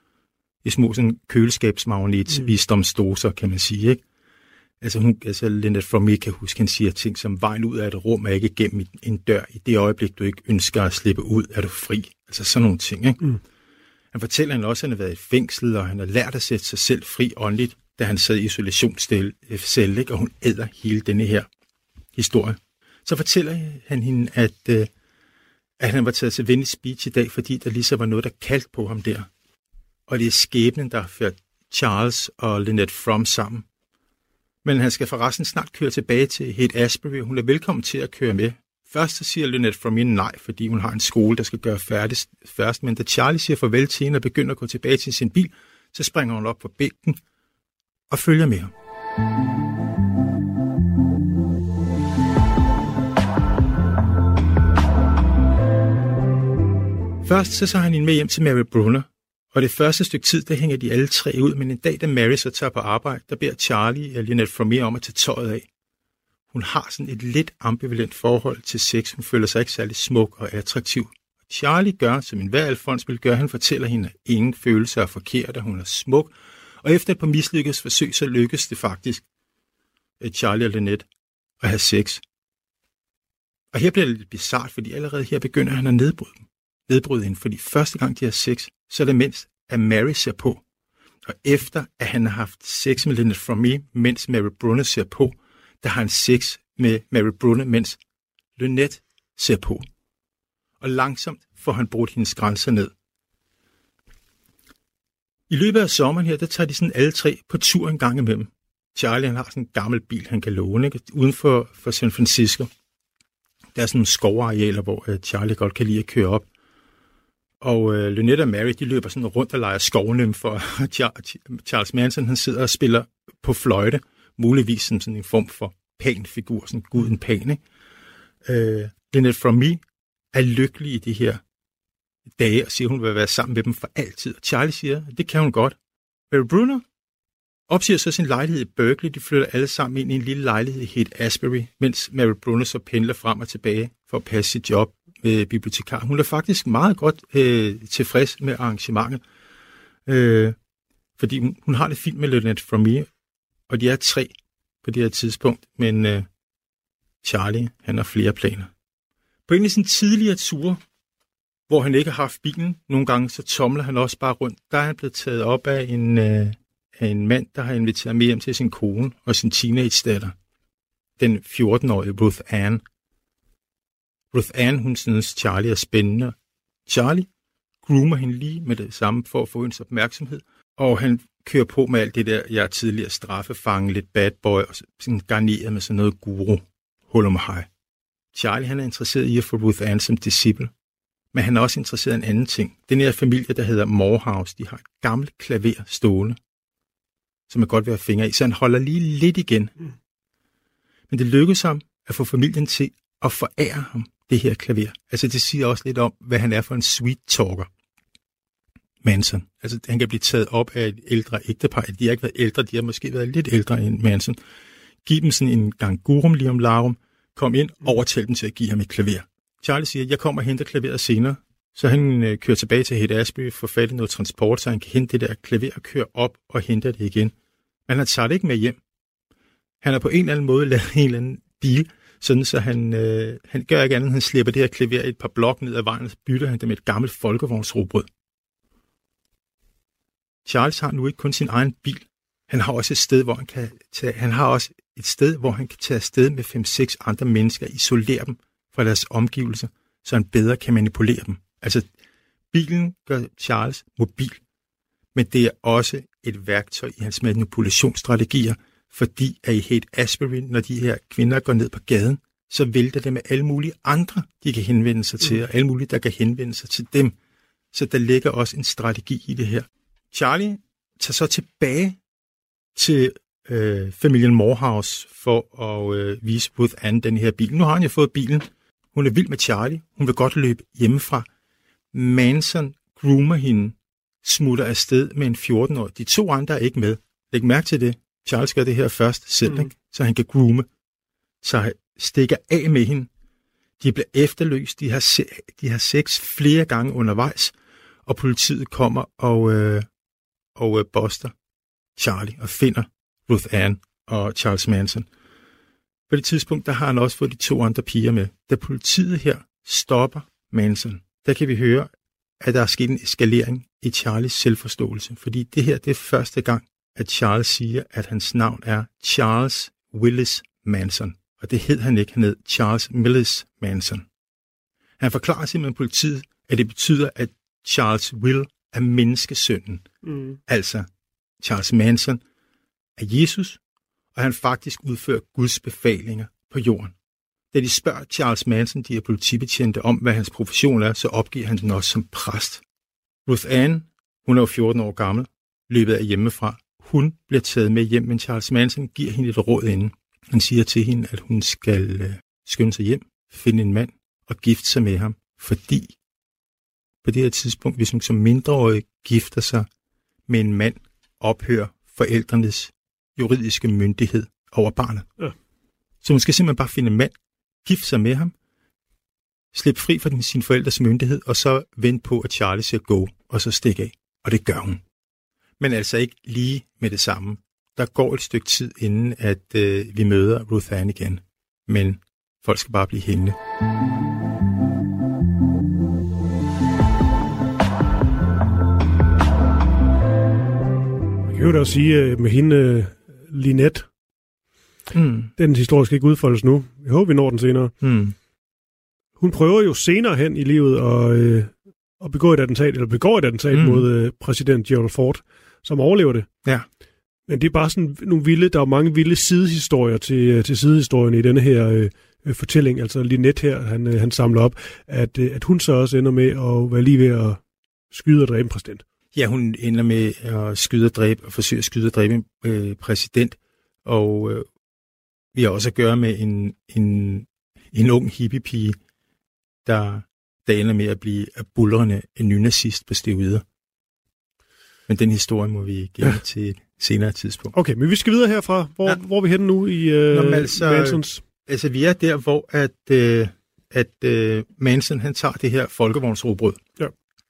i små sådan køleskabsmagnets mm. visdomsdoser, kan man sige, ikke? Altså, hun, altså Lynette Fromee kan huske, han siger ting som, vejen ud af et rum er ikke gennem en dør. I det øjeblik, du ikke ønsker at slippe ud, er du fri. Altså sådan nogle ting, ikke? Mm. Han fortæller hende også, at han har været i fængsel, og han har lært at sætte sig selv fri åndeligt, da han sad i isolationscelle, ikke? Og hun æder hele denne her historie. Så fortæller han hende, at, øh, at han var taget til Venice Beach i dag, fordi der lige så var noget, der kaldte på ham der. Og det er skæbnen, der har ført Charles og Lynette Fromee sammen. Men han skal forresten snart køre tilbage til Haight-Ashbury, og hun er velkommen til at køre med. Først så siger Lynette Fromee nej, fordi hun har en skole, der skal gøre færdig først. Men da Charlie siger farvel til hende og begynder at gå tilbage til sin bil, så springer hun op på bænken og følger med ham. Først så tager han hende med hjem til Mary Brunner. Og det første stykke tid, der hænger de alle tre ud, men en dag, da Mary så tager på arbejde, der beder Charlie og Lynette Fromee om at tage tøjet af. Hun har sådan et lidt ambivalent forhold til sex. Hun føler sig ikke særlig smuk og attraktiv. Og Charlie gør, som enhver Alfons vil gøre, han fortæller hende, at ingen følelser er forkert, at hun er smuk. Og efter et par mislykkes forsøg, så lykkes det faktisk, at Charlie og Lynette at have sex. Og her bliver det lidt bizart, fordi allerede her begynder han at nedbryde dem. Nedbryde hende, fordi første gang de har sex, så er det mens, at Mary ser på. Og efter, at han har haft sex med Lynette Fromee, mens Mary Brunner ser på, der har han sex med Mary Brunner, mens Lynette ser på. Og langsomt får han brudt hendes grænser ned. I løbet af sommeren her, der tager de sådan alle tre på tur en gang imellem. Charlie, han har sådan en gammel bil, han kan låne, ikke? Uden for, for San Francisco. Der er sådan nogle skovarealer, hvor Charlie godt kan lide at køre op. Og øh, Lynette og Mary, de løber sådan rundt og leger skovnem for Charles Manson. Han sidder og spiller på fløjte, muligvis som sådan en form for pæn figur, sådan guden pæn, ikke? Øh, Lynette Fromee er lykkelig i de her dage, og siger, hun vil være sammen med dem for altid. Og Charlie siger, det kan hun godt. Mary Brunner, opsiger så sin lejlighed i Berkeley. De flytter alle sammen ind i en lille lejlighed i Haight-Ashbury, mens Mary Brunner så pendler frem og tilbage for at passe sit job med bibliotekar. Hun er faktisk meget godt øh, tilfreds med arrangementet, øh, fordi hun, hun har det fint med Lynette Fromme, og de er tre på det her tidspunkt, men øh, Charlie, han har flere planer. På en af sine tidligere ture, hvor han ikke har haft bilen, nogle gange så tomler han også bare rundt, der er han blevet taget op af en, øh, af en mand, der har inviteret med hjem til sin kone og sin teenage-datter, den fjorten-årige Ruth Ann. Ruth Ann, hun synes, Charlie er spændende. Charlie groomer hende lige med det samme for at få hendes opmærksomhed, og han kører på med alt det der, jeg tidligere straffefange, lidt bad boy, og sådan garneret med sådan noget guru, hul om hej. Charlie, han er interesseret i at få Ruth Ann som disciple, men han er også interesseret i en anden ting. Den her familie, der hedder Morehouse, de har et gammelt klaver stående, som er godt ved at fingre i, så han holder lige lidt igen. Mm. Men det lykkedes ham at få familien til at forære ham det her klaver. Altså det siger også lidt om, hvad han er for en sweet talker. Manson. Altså han kan blive taget op af et ældre ægtepar. De har ikke været ældre, de har måske været lidt ældre end Manson. Giv dem sådan en gang gurum lige om larum. Kom ind, overtal dem til at give ham et klaver. Charlie siger, jeg kommer og henter klaveret senere. Så han øh, kører tilbage til Haight-Ashbury, får fat i noget transport, så han kan hente det der klaver og køre op og hente det igen. Men han tager det ikke med hjem. Han har på en eller anden måde lavet en eller anden deal, sådan så han, øh, han gør ikke andet, han slipper det her klaver et par blok ned ad vejen, og så bytter han det med et gammelt folkevognsrobrød. Charles har nu ikke kun sin egen bil. Han har også et sted, hvor han kan tage, han har også et sted, hvor han kan tage afsted med fem seks andre mennesker, isolere dem fra deres omgivelser, så han bedre kan manipulere dem. Altså, bilen gør Charles mobil, men det er også et værktøj i hans manipulationsstrategier, fordi at i Haight-Ashbury, når de her kvinder går ned på gaden, så vælter det med alle mulige andre, de kan henvende sig til, og alle mulige, der kan henvende sig til dem. Så der ligger også en strategi i det her. Charlie tager så tilbage til øh, familien Morehouse for at øh, vise Ruth Ann den her bil. Nu har han jo fået bilen. Hun er vild med Charlie. Hun vil godt løbe hjemmefra. Manson groomer hende, smutter afsted med en fjorten-årig. De to andre er ikke med. Læg mærke til det. Charles gør det her først selv, mm. så han kan groome. Så han stikker af med hende. De bliver efterløst. De har, se- de har sex flere gange undervejs, og politiet kommer og, øh, og øh, buster Charlie og finder Ruth Ann og Charles Manson. På det tidspunkt, der har han også fået de to andre piger med. Da politiet her stopper Manson, der kan vi høre, at der er sket en eskalering i Charlies selvforståelse. Fordi det her, det er første gang, at Charles siger, at hans navn er Charles Willis Manson. Og det hed han ikke, han hed Charles Millis Manson. Han forklarer simpelthen politiet, at det betyder, at Charles Will er menneskesønnen. Mm. Altså, Charles Manson er Jesus, og han faktisk udfører Guds befalinger på jorden. Da de spørger Charles Manson, de her politibetjente, om hvad hans profession er, så opgiver han den også som præst. Ruth Ann, hun er jo fjorten år gammel, løbet af hjemmefra. Hun bliver taget med hjem, men Charles Manson giver hende et råd inden. Han siger til hende, at hun skal øh, skynde sig hjem, finde en mand og gifte sig med ham, fordi på det her tidspunkt, hvis hun som mindreårig gifter sig med en mand, ophører forældrenes juridiske myndighed over barnet. Ja. Så hun skal simpelthen bare finde en mand, gifte sig med ham, slippe fri fra sin forældres myndighed, og så vente på, at Charlie siger go, og så stikke af. Og det gør hun. Men altså ikke lige med det samme. Der går et stykke tid, inden at øh, vi møder Ruth Ann igen. Men folk skal bare blive hængende. Man kan jo da sige med hende, Lynette, mm. den historie skal ikke udfoldes nu. Jeg håber, vi når den senere. Mm. Hun prøver jo senere hen i livet at, øh, at begå et attentat, eller begår et attentat mm. mod øh, præsident Gerald Ford, som overlever det. Ja. Men det er bare sådan nogle vilde, der er mange vilde sidehistorier til, til sidehistorien i denne her øh, fortælling. Altså Lynette her, han, øh, han samler op, at, øh, at hun så også ender med at være lige ved at skyde og dræbe en præsident. Ja, hun ender med at skyde og dræbe, og forsøge at skyde og dræbe en øh, præsident. Og øh, vi har også at gøre med en, en, en ung hippiepige, der, der ender med at blive af buldrende en nynazist på steroider. Men den historie må vi gemme ja. til et senere tidspunkt. Okay, men vi skal videre herfra. Hvor, ja. hvor er vi henne nu i øh, Nå, altså, Mansons? Altså, vi er der, hvor at, øh, at øh, Manson, han tager det her folkevognsrugbrød, ja.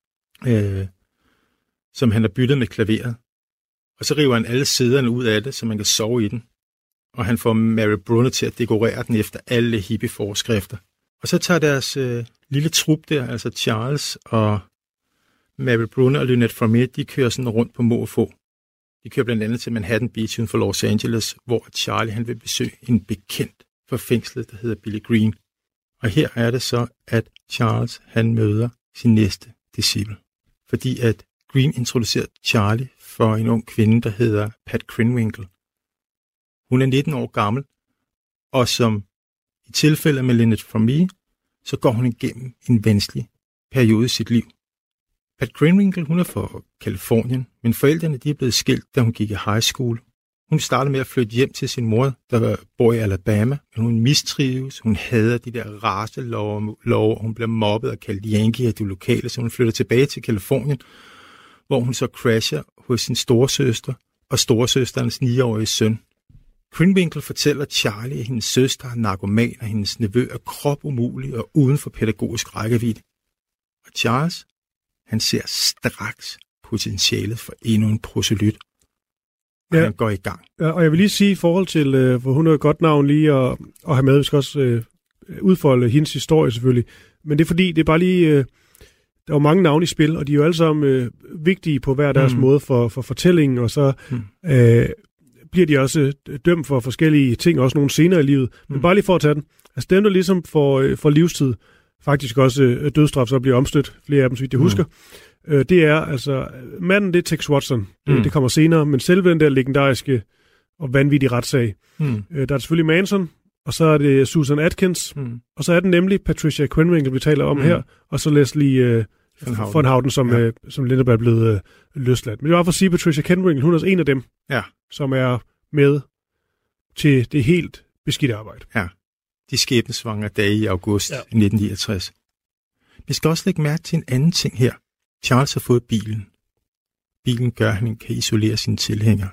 øh, som han har byttet med klaveret. Og så river han alle siderne ud af det, så man kan sove i den. Og han får Mary Brunner til at dekorere den efter alle hippie-forskrifter. Og så tager deres øh, lille trup der, altså Charles og Mary Brunner og Lynette Fromme, de kører sådan rundt på må og få. De kører blandt andet til Manhattan Beach uden for Los Angeles, hvor Charlie han vil besøge en bekendt for fængslet, der hedder Billy Green. Og her er det så, at Charles han møder sin næste disciple. Fordi at Green introducerer Charlie for en ung kvinde, der hedder Pat Krenwinkel. Hun er nitten år gammel, og som i tilfælde med Lynette Fromme, så går hun igennem en vanskelig periode i sit liv. Pat Krenwinkel, hun er fra Californien, men forældrene de er blevet skilt, da hun gik i high school. Hun startede med at flytte hjem til sin mor, der bor i Alabama, men hun mistrives. Hun hader de der racelove, hun bliver mobbet og kaldt Yankee af de lokale, så hun flytter tilbage til Californien, hvor hun så crasher hos sin storesøster og storesøsterens niårige søn. Krenwinkel fortæller Charlie, at hendes søster er narkoman, og hendes nevø er kropumulig og uden for pædagogisk rækkevidde. Og Charles, han ser straks potentialet for endnu en proselyt. Og ja. Han går i gang. Ja, og jeg vil lige sige i forhold til, øh, hvor hun er et godt navn lige at, at have med, vi skal også øh, udfolde hendes historie selvfølgelig, men det er fordi, det er bare lige, øh, der er jo mange navne i spil, og de er jo alle sammen øh, vigtige på hver deres mm. måde for, for fortællingen, og så mm. øh, bliver de også dømt for forskellige ting, også nogle senere i livet. Men mm. bare lige for at tage den, altså dem, der ligesom får, øh, får livstid, faktisk også øh, dødsstraf, så bliver omstødt, flere af dem, så vidt jeg husker, mm. øh, det er altså, manden, det er Tex Watson, det, mm. det kommer senere, men selve den der legendariske og vanvittige retssag, mm. øh, der er selvfølgelig Manson, og så er det Susan Atkins, mm. og så er den nemlig Patricia Krenwinkel, vi taler om mm. her, og så Leslie øh, von Houten, som, ja. øh, som Linda er blevet øh, løsladt. Men det var for at sige, Patricia Krenwinkel, hun er også en af dem, ja. som er med til det helt beskidte arbejde. Ja. De skæbnesvangre dage i august ja. nitten niogtres. Vi skal også lægge mærke til en anden ting her. Charles har fået bilen. Bilen gør, at han kan isolere sine tilhængere.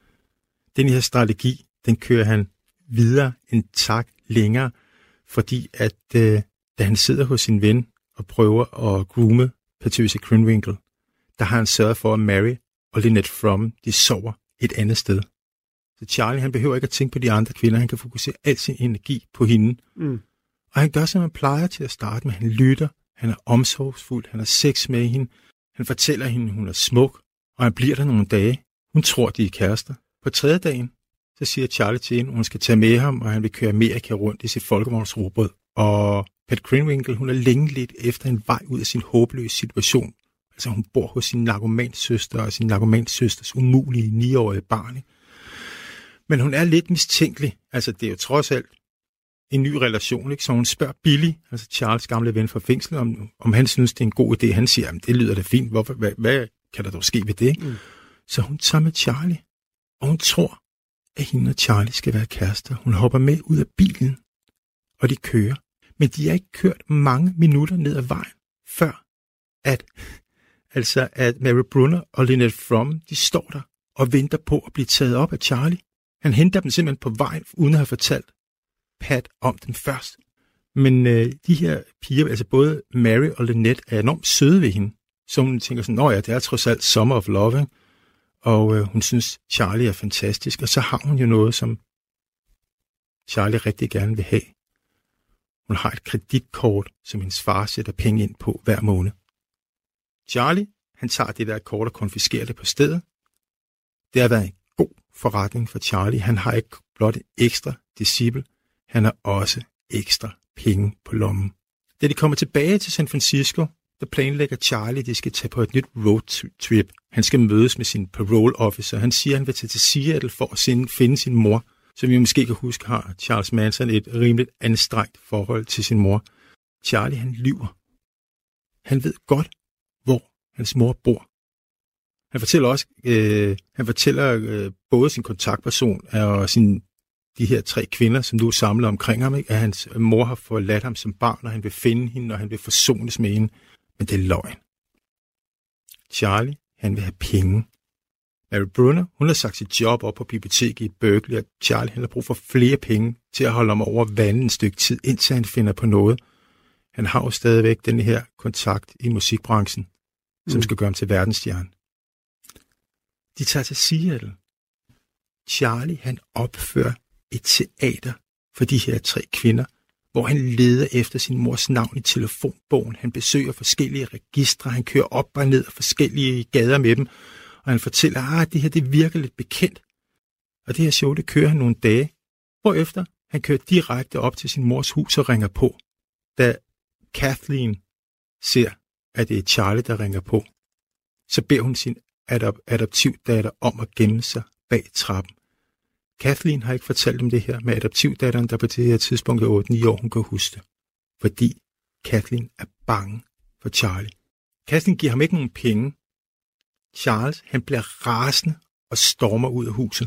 Den her strategi, den kører han videre en tak længere, fordi at øh, da han sidder hos sin ven og prøver at groome Patricia Krenwinkel, der har han sørget for, at Mary og Lynette Fromme, de sover et andet sted. Så Charlie, han behøver ikke at tænke på de andre kvinder. Han kan fokusere al sin energi på hende. Mm. Og han gør, som han plejer til at starte med. Han lytter, han er omsorgsfuld, han har sex med hende. Han fortæller hende, hun er smuk, og han bliver der nogle dage. Hun tror, de er kærester. På tredje dagen, så siger Charlie til hende, at hun skal tage med ham, og han vil køre Amerika rundt i sit folkevognsrugbrød. Og Pat Krenwinkel, hun er længe lidt efter en vej ud af sin håbløse situation. Altså hun bor hos sin narkomansøster og sin narkomansøsters umulige niårige barn. Ikke? Men hun er lidt mistænkelig. Altså, det er jo trods alt en ny relation, ikke? Så hun spørger Billy, altså Charles' gamle ven fra fængslet, om, om han synes, det er en god idé. Han siger, at det lyder da fint. Hvorfor, hvad, hvad kan der dog ske ved det? Mm. Så hun tager med Charlie, og hun tror, at hende og Charlie skal være kærester. Hun hopper med ud af bilen, og de kører. Men de har ikke kørt mange minutter ned ad vejen, før at, altså at Mary Brunner og Lynette Fromme, de står der og venter på at blive taget op af Charlie. Han henter dem simpelthen på vejen, uden at have fortalt Pat om dem først. Men øh, de her piger, altså både Mary og Lynette, er enormt søde ved hende. Så hun tænker sådan, nå ja, det er trods alt Summer of Love, ikke? Og øh, hun synes, Charlie er fantastisk. Og så har hun jo noget, som Charlie rigtig gerne vil have. Hun har et kreditkort, som hendes far sætter penge ind på hver måned. Charlie, han tager det der kort og konfiskerer det på stedet. Det har været en god forretning for Charlie. Han har ikke blot et ekstra disciple, han har også ekstra penge på lommen. Da de kommer tilbage til San Francisco, der planlægger Charlie, at de skal tage på et nyt roadtrip. Han skal mødes med sin parole officer. Han siger, at han vil tage til Seattle for at finde sin mor. Som vi måske kan huske, har Charles Manson et rimeligt anstrengt forhold til sin mor. Charlie, han lyver. Han ved godt, hvor hans mor bor. Han fortæller også, øh, han fortæller øh, både sin kontaktperson og sin, de her tre kvinder, som nu samler omkring ham, ikke? At hans mor har forladt ham som barn, og han vil finde hende, og han vil forsones med hende. Men det er løgn. Charlie, han vil have penge. Mary Brunner, hun har sagt sit job op på biblioteket i Berkeley, og Charlie han har brug for flere penge til at holde ham over vandet en stykke tid, indtil han finder på noget. Han har jo stadigvæk den her kontakt i musikbranchen, som mm. skal gøre ham til verdensstjerne. De tager til Seattle. Charlie, han opfører et teater for de her tre kvinder, hvor han leder efter sin mors navn i telefonbogen. Han besøger forskellige registre, han kører op og ned af forskellige gader med dem, og han fortæller, at det her det virker lidt bekendt. Og det her show, det kører han nogle dage, hvorefter han kører direkte op til sin mors hus og ringer på. Da Kathleen ser, at det er Charlie, der ringer på, så beder hun sin adop- adoptivdatter om at gemme sig bag trappen. Kathleen har ikke fortalt dem det her med adoptivdatteren, der på det her tidspunkt er otte ni år, hun kan huske det. Fordi Kathleen er bange for Charlie. Kathleen giver ham ikke nogen penge. Charles, han bliver rasende og stormer ud af huset.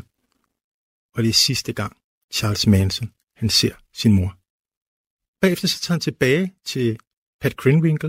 Og det er sidste gang, Charles Manson, han ser sin mor. Bagefter så tager han tilbage til Pat Krenwinkel,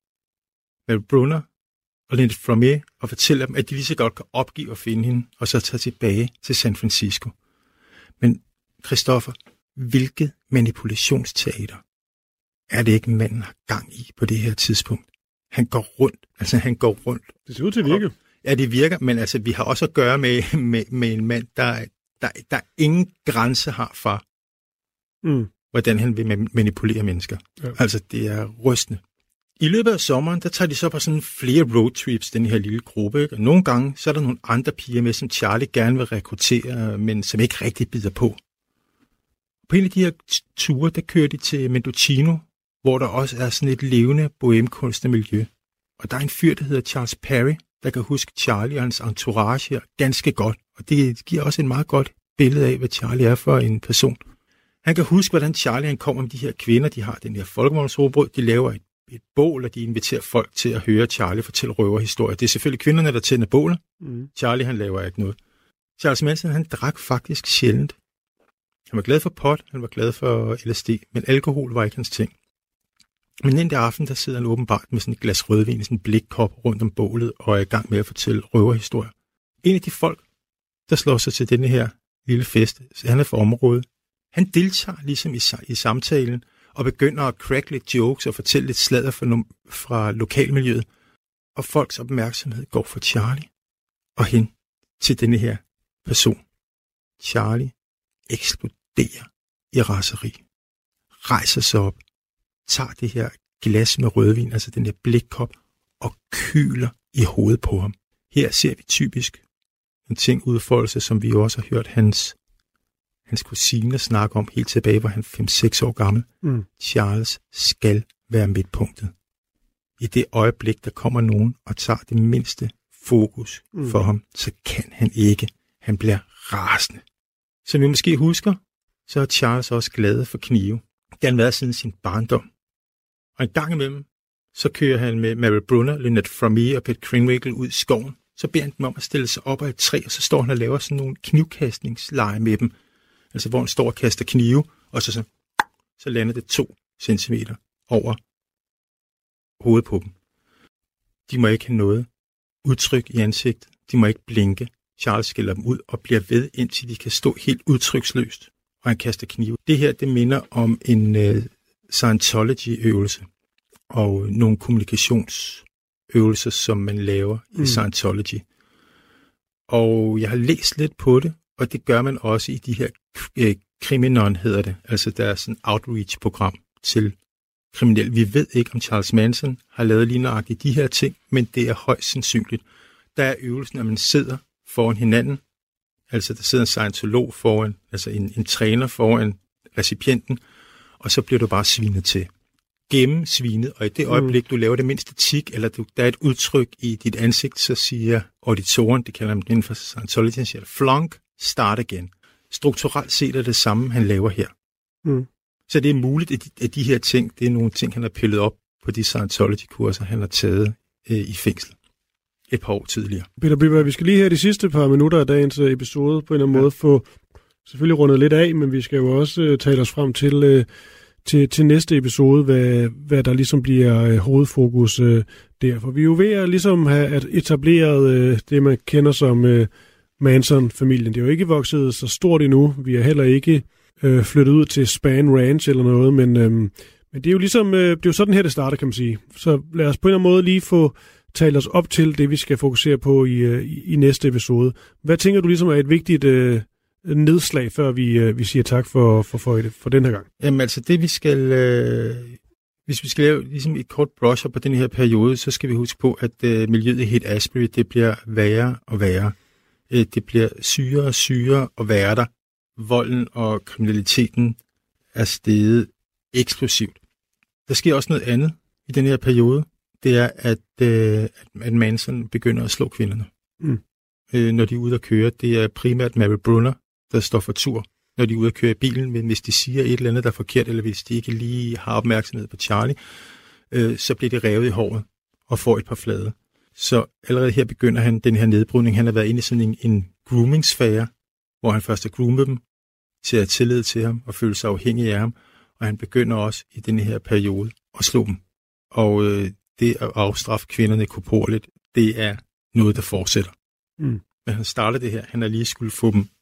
Mary Brunner og Lynette Fromme og fortæller dem, at de lige så godt kan opgive at finde hende, og så tage tilbage til San Francisco. Men Christoffer, hvilket manipulationsteater er det ikke, manden har gang i på det her tidspunkt? Han går rundt, altså han går rundt. Det ser ud til at virke. Ja, det virker, men altså vi har også at gøre med, med, med en mand, der, der, der ingen grænse har for, mm. hvordan han vil manipulere mennesker. Ja. Altså det er rystende. I løbet af sommeren, der tager de så på sådan flere roadtrips, den her lille gruppe. Ikke? Og nogle gange, så er der nogle andre piger med, som Charlie gerne vil rekruttere, men som ikke rigtig bider på. På en af de her ture, der kører de til Mendocino, hvor der også er sådan et levende bohemkunstnermiljø. Og der er en fyr, der hedder Charles Perry, der kan huske Charlie og hans entourage her ganske godt. Og det giver også et meget godt billede af, hvad Charlie er for en person. Han kan huske, hvordan Charlie han kommer med de her kvinder. De har den her folkevognsrugbrød, de laver et et bål, og de inviterer folk til at høre Charlie fortælle røverhistorier. Det er selvfølgelig kvinderne, der tænder bålet. Mm. Charlie, han laver ikke noget. Charles Manson, han drak faktisk sjældent. Han var glad for pot, han var glad for L S D, men alkohol var ikke hans ting. Men den der aften, der sidder han åbenbart med sådan et glas rødvin i sådan en blikkop rundt om bålet, og er i gang med at fortælle røverhistorier. En af de folk, der slår sig til denne her lille fest, så han er fra området. Han deltager ligesom i, i samtalen, og begynder at crack lidt jokes og fortælle lidt sladder fra, fra lokalmiljøet. Og folks opmærksomhed går fra Charlie og hen til denne her person. Charlie eksploderer i raseri, rejser sig op, tager det her glas med rødvin, altså den her blikkop, og kyler i hovedet på ham. Her ser vi typisk en ting udfoldelse, som vi også har hørt hans hans kusine snakke om helt tilbage, hvor han fem seks år gammel. Mm. Charles skal være midtpunktet. I det øjeblik, der kommer nogen og tager det mindste fokus mm. for ham, så kan han ikke. Han bliver rasende. Som vi måske husker, så er Charles også glad for knive. Det har han været siden sin barndom. Og en gang imellem, så kører han med Mary Brunner, Lynette Fromme og Pat Krenwinkel ud i skoven. Så beder han dem om at stille sig op ad et træ, og så står han og laver sådan nogle knivkastningslege med dem. Altså hvor han står og kaster knive, og så, så, så lander det to centimeter over hovedet på dem. De må ikke have noget udtryk i ansigtet. De må ikke blinke. Charles skiller dem ud og bliver ved, indtil de kan stå helt udtryksløst, og han kaster knive. Det her, det minder om en uh, Scientology-øvelse, og nogle kommunikationsøvelser, som man laver mm. i Scientology. Og jeg har læst lidt på det, og det gør man også i de her øh, Kriminon, hedder det. Altså der er sådan et outreach-program til kriminelle. Vi ved ikke, om Charles Manson har lavet lige nøjagtigt de her ting, men det er højst sandsynligt. Der er øvelsen, at man sidder foran hinanden. Altså der sidder en scientolog foran, altså en, en træner foran recipienten, og så bliver du bare svinet til. Gemme svinet, og i det øjeblik, du laver det mindste tik, eller du, der er et udtryk i dit ansigt, så siger auditoren, det kalder man inden for Scientology, siger flunk, start igen. Strukturelt set er det samme, han laver her. Mm. Så det er muligt, at de, at de her ting, det er nogle ting, han har pillet op på de Scientology-kurser, han har taget øh, i fængsel et par år tidligere. Peter Byberg, vi skal lige her de sidste par minutter af dagens episode på en eller anden ja. måde få selvfølgelig rundet lidt af, men vi skal jo også øh, tale os frem til øh, til, til næste episode, hvad, hvad der ligesom bliver øh, hovedfokus øh, der. For vi er jo ved at ligesom have etableret øh, det, man kender som øh, Manson-familien. Det er jo ikke vokset så stort endnu. Vi er heller ikke øh, flyttet ud til Span Ranch eller noget, men, øh, men det er jo ligesom, øh, det er jo sådan her, det starter, kan man sige. Så lad os på en eller anden måde lige få talt os op til det, vi skal fokusere på i, øh, i, i næste episode. Hvad tænker du ligesom er et vigtigt øh, nedslag, før vi, øh, vi siger tak for, for, for, for den her gang? Jamen altså det, vi skal... Øh, hvis vi skal lave ligesom et kort brusher på den her periode, så skal vi huske på, at øh, miljøet i Haight-Ashbury, det bliver værre og værre. Øh, det bliver sygere og sygere og værre der. Volden og kriminaliteten er steget eksplosivt. Der sker også noget andet i den her periode. Det er, at, øh, at Manson begynder at slå kvinderne. Mm. Øh, når de er ude at køre. Det er primært Mary Brunner, der står for tur, når de er ude at køre i bilen. Men hvis de siger et eller andet, der er forkert, eller hvis de ikke lige har opmærksomhed på Charlie, øh, så bliver de revet i håret og får et par flade. Så allerede her begynder han den her nedbrydning. Han har været inde i sådan en, en grooming-sfære, hvor han først har groomet dem, til at tillid til ham og føle sig afhængig af ham. Og han begynder også i den her periode at slå dem. Og øh, det at afstraffe kvinderne korporligt, det er noget, der fortsætter. Mm. Men han starter det her. Han har lige skulle få dem,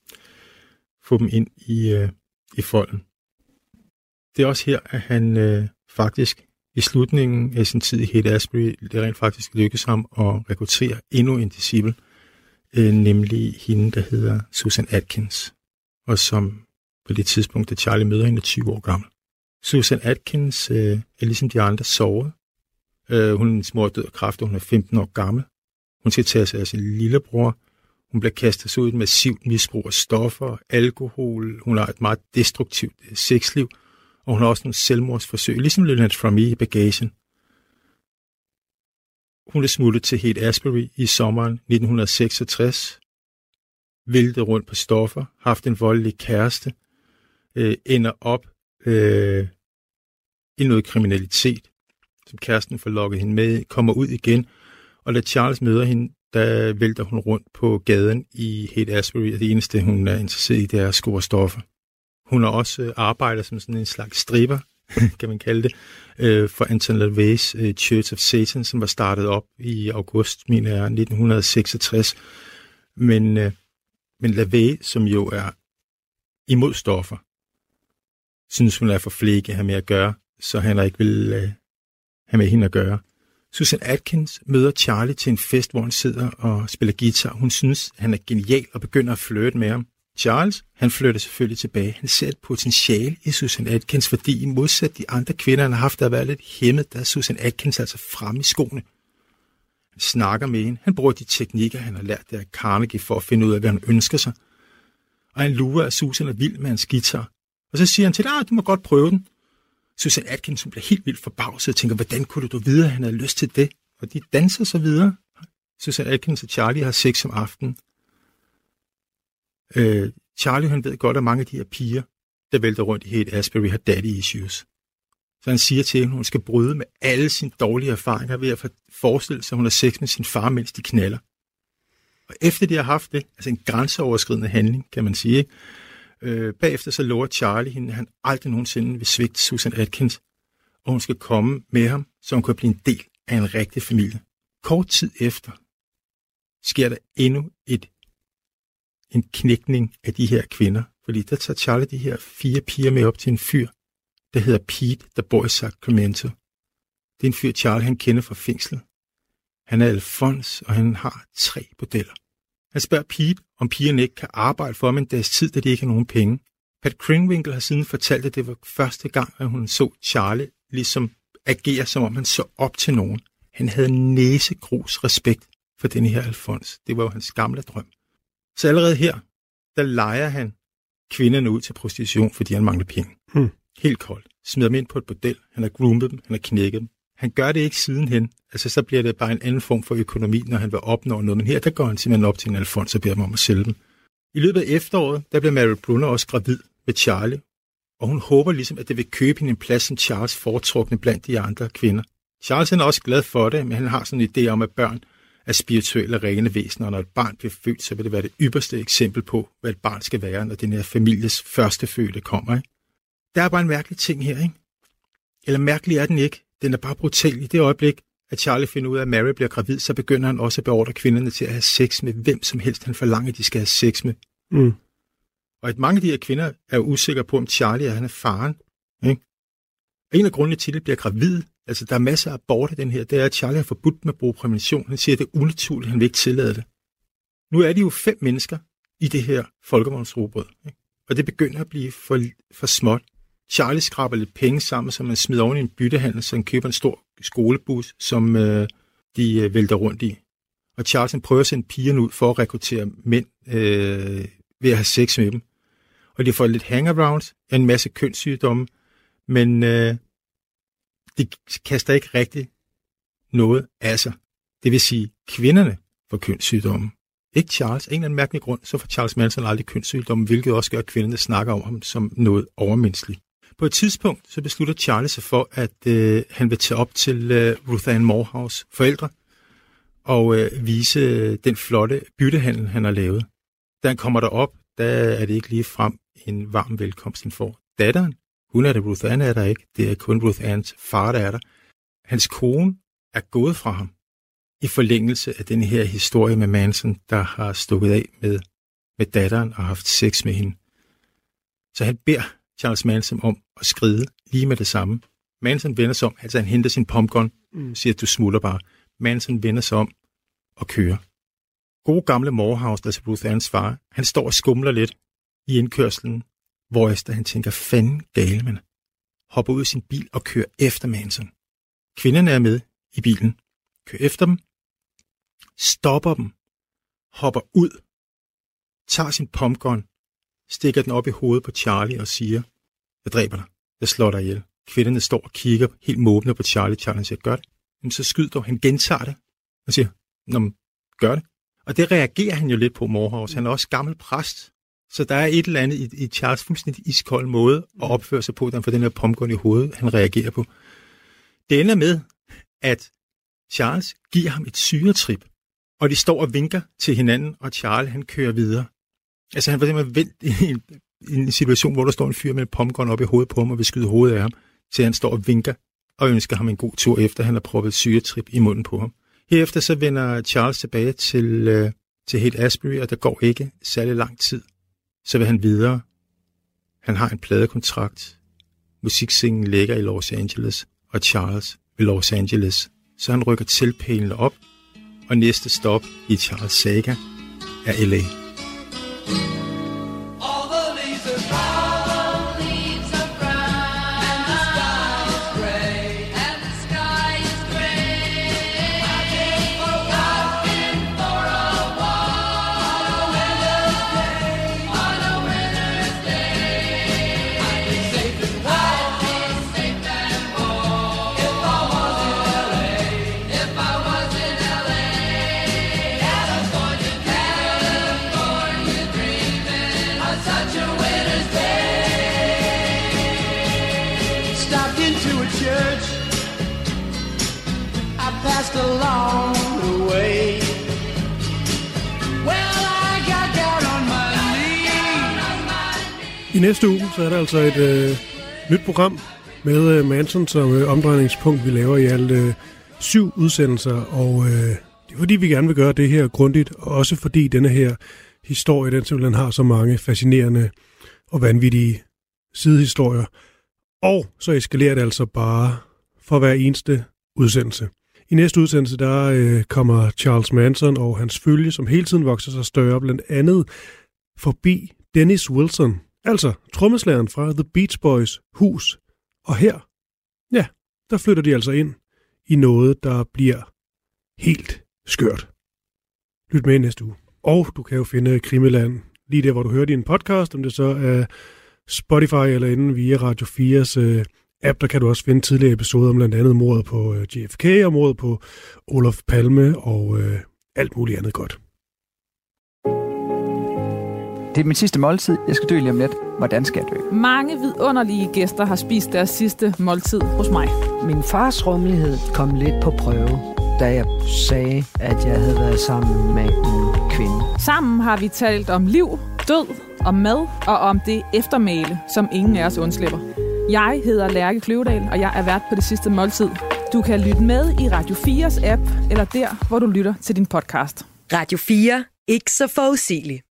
få dem ind i, øh, i folden. Det er også her, at han øh, faktisk i slutningen af sin tid i Haight-Ashbury, det rent faktisk lykkedes ham at rekruttere endnu en disciple, øh, nemlig hende, der hedder Susan Atkins, og som på det tidspunkt, da Charlie møder hende, er tyve år gammel. Susan Atkins øh, er ligesom de andre såret. Øh, hun er mor død af kræft, og hun er femten år gammel. Hun skal tage sig af sin lillebror. Hun bliver kastet ud i et massivt misbrug af stoffer, alkohol. Hun har et meget destruktivt sexliv, og hun har også nogle selvmordsforsøg, ligesom Leonard Fromme i bagagen. Hun er smuttet til Haight-Ashbury i sommeren nitten seksogtres, væltet rundt på stoffer, haft en voldelig kæreste, øh, ender op øh, i noget kriminalitet, som kæresten får lukket hende med, kommer ud igen, og da Charles møder hende, der vælter hun rundt på gaden i Haight-Ashbury, og det eneste, hun er interesseret i, det er at score stoffer. Hun har også arbejdet som sådan en slags stripper, kan man kalde det, øh, for Anton LaVey's øh, Church of Satan, som var startet op i august, mener jeg, nitten seksogtres. Men, øh, men LaVey, som jo er imod stoffer, synes hun er for flække at have med at gøre, så han har ikke vil øh, have med hende at gøre. Susan Atkins møder Charlie til en fest, hvor han sidder og spiller guitar. Hun synes, han er genial og begynder at flirte med ham. Charles, han flytter selvfølgelig tilbage. Han ser et potentiale i Susan Atkins, fordi i modsat de andre kvinder, han har haft, der har været lidt hæmmet, der er Susan Atkins altså fremme i skoene. Han snakker med hende. Han bruger de teknikker, han har lært der af Carnegie for at finde ud af, hvad han ønsker sig. Og han lurer, at Susan er vild med hans guitar. Og så siger han til dig, ah, du må godt prøve den. Susan Atkins, hun bliver helt vildt forbavset og tænker, hvordan kunne du vide, at han havde lyst til det? Og de danser så videre. Susan Atkins og Charlie har sex om aftenen. Øh, Charlie, han ved godt, at mange af de her piger, der vælter rundt i Haight-Ashbury, har daddy issues. Så han siger til hende, at hun skal bryde med alle sine dårlige erfaringer ved at forestille sig, at hun har sex med sin far, mens de knaller. Og efter de har haft det, altså en grænseoverskridende handling, kan man sige, ikke? Øh, bagefter så lover Charlie hende, at han aldrig nogensinde vil svigte Susan Atkins, og hun skal komme med ham, så hun kan blive en del af en rigtig familie. Kort tid efter sker der endnu et, en knækning af de her kvinder, fordi der tager Charlie de her fire piger med op til en fyr, der hedder Pete, der bor i Sacramento. Det er en fyr, Charlie han kender fra fængslet. Han er Alfons, og han har tre bordeller. Han spørger Pete, om pigerne ikke kan arbejde for ham en dags tid, da de ikke har nogen penge. Pat Krenwinkel har siden fortalt, at det var første gang, at hun så Charlie ligesom agere, som om han så op til nogen. Han havde næsegrus respekt for denne her Alfons. Det var jo hans gamle drøm. Så allerede her, der lejer han kvinderne ud til prostitution, fordi han mangler penge. Hmm. Helt koldt. Smider dem ind på et bordel. Han har groomet dem. Han har knækket dem. Han gør det ikke sidenhen. Altså, så bliver det bare en anden form for økonomi, når han vil opnå noget. Men her, der går han simpelthen op til en Alfons og beder dem om at sælge dem. I løbet af efteråret, der bliver Mary Brunner også gravid med Charlie. Og hun håber ligesom, at det vil købe hende en plads som Charles foretrukne blandt de andre kvinder. Charles er også glad for det, men han har sådan en idé om, at børn er spirituelle rene væsener, og når et barn bliver født, så vil det være det ypperste eksempel på, hvad et barn skal være, når den her families første fødte kommer. Ikke? Der er bare en mærkelig ting her, ikke? Eller mærkelig er den ikke. Den er bare brutal. I det øjeblik, at Charlie finder ud af, at Mary bliver gravid, så begynder han også at beordre kvinderne til at have sex med hvem som helst, han forlanger, at de skal have sex med. Mm. Og at mange af de her kvinder er usikre på, om Charlie er, han er faren. Ikke? Og en af grundene til, at de bliver gravid, altså der er masser af abort i den her, det er, at Charlie har forbudt med at bruge prævention. Han siger, at det er unaturligt, han vil ikke tillade det. Nu er de jo fem mennesker i det her folkevognsrugbrød. Og det begynder at blive for, for småt. Charlie skraber lidt penge sammen, som man smider oven i en byttehandel, så han køber en stor skolebus, som øh, de øh, vælter rundt i. Og Charles han prøver at sende pigerne ud for at rekruttere mænd øh, ved at have sex med dem. Og de får lidt hangarounds, en masse kønssygdomme, men øh, de kaster ikke rigtig noget af sig. Det vil sige, kvinderne får kønssygdomme. Ikke Charles. Af en eller anden mærkelig grund, så får Charles Manson aldrig kønssygdomme, hvilket også gør, at kvinderne snakker om ham som noget overmenneskeligt. På et tidspunkt, så beslutter Charlie sig for, at øh, han vil tage op til øh, Ruth Ann Morehouse forældre og øh, vise øh, den flotte byttehandel, han har lavet. Da han kommer derop, der er det ikke lige frem en varm velkomst, han får. Datteren, hun er det, Ruth Ann er der ikke. Det er kun Ruth Anns far, der er der. Hans kone er gået fra ham i forlængelse af den her historie med Manson, der har stukket af med, med datteren og haft sex med hende. Så han beder Charles Manson om at skride lige med det samme. Manson vender sig om, altså han henter sin pumpgun, mm. siger, at du smutter bare. Manson vender sig om og kører. Gode gamle Morehouse, altså Ruth Anns far, han står og skumler lidt i indkørslen, hvorefter han tænker, fanden gale, man. Hopper ud i sin bil og kører efter Manson. Kvinderne er med i bilen, kører efter dem, stopper dem, hopper ud, tager sin pumpgun, stikker den op i hovedet på Charlie og siger, jeg dræber dig, jeg slår dig ihjel. Kvinderne står og kigger helt måbende på Charlie. Charlie siger, gør det. Men så skyd dog, han gentager det og siger, nå, men, gør det. Og det reagerer han jo lidt på, Morehouse. Han er også gammel præst. Så der er et eller andet i, i Charles fuldstændig iskold måde at opføre sig på, der får den her pumpgun i hovedet, han reagerer på. Det ender med, at Charles giver ham et syretrip, og de står og vinker til hinanden, og Charlie, han kører videre. Altså, han var simpelthen vendt i en, i en situation, hvor der står en fyr med en pumpgun op i hovedet på ham, og vil skyde hovedet af ham, til han står og vinker, og ønsker ham en god tur, efter han har proppet et syretrip i munden på ham. Herefter så vender Charles tilbage til, øh, til Haight-Ashbury, og der går ikke særlig lang tid. Så vil han videre. Han har en pladekontrakt. Musikscenen ligger i Los Angeles, og Charles ved Los Angeles. Så han rykker tilpælene op, og næste stop i Charles' saga er L A. I næste uge, så er der altså et øh, nyt program med øh, Manson som øh, omdrejningspunkt. Vi laver i alt øh, syv udsendelser, og øh, det er fordi, vi gerne vil gøre det her grundigt, og også fordi denne her historie, den simpelthen har så mange fascinerende og vanvittige sidehistorier. Og så eskalerer det altså bare for hver eneste udsendelse. I næste udsendelse, der øh, kommer Charles Manson og hans følge, som hele tiden vokser sig større, blandt andet forbi Dennis Wilson, altså trommeslageren fra The Beach Boys hus. Og her, ja, der flytter de altså ind i noget, der bliver helt skørt. Lyt med næste uge. Og du kan jo finde Krimiland lige der, hvor du hører din podcast, om det så er Spotify eller inden via Radio fires øh, app. Der kan du også finde tidligere episoder om blandt andet mordet på øh, J F K og mordet på Olof Palme og øh, alt muligt andet godt. Det er min sidste måltid. Jeg skal dø lige om lidt. Hvordan skal jeg dø? Mange vidunderlige gæster har spist deres sidste måltid hos mig. Min fars rummelighed kom lidt på prøve, da jeg sagde, at jeg havde været sammen med en kvinde. Sammen har vi talt om liv, død, om mad og om det eftermæle, som ingen af os undslipper. Jeg hedder Lærke Kløvedal, og jeg er vært på Det Sidste Måltid. Du kan lytte med i Radio fires app, eller der, hvor du lytter til din podcast. Radio fire. Ikke så forudsigeligt.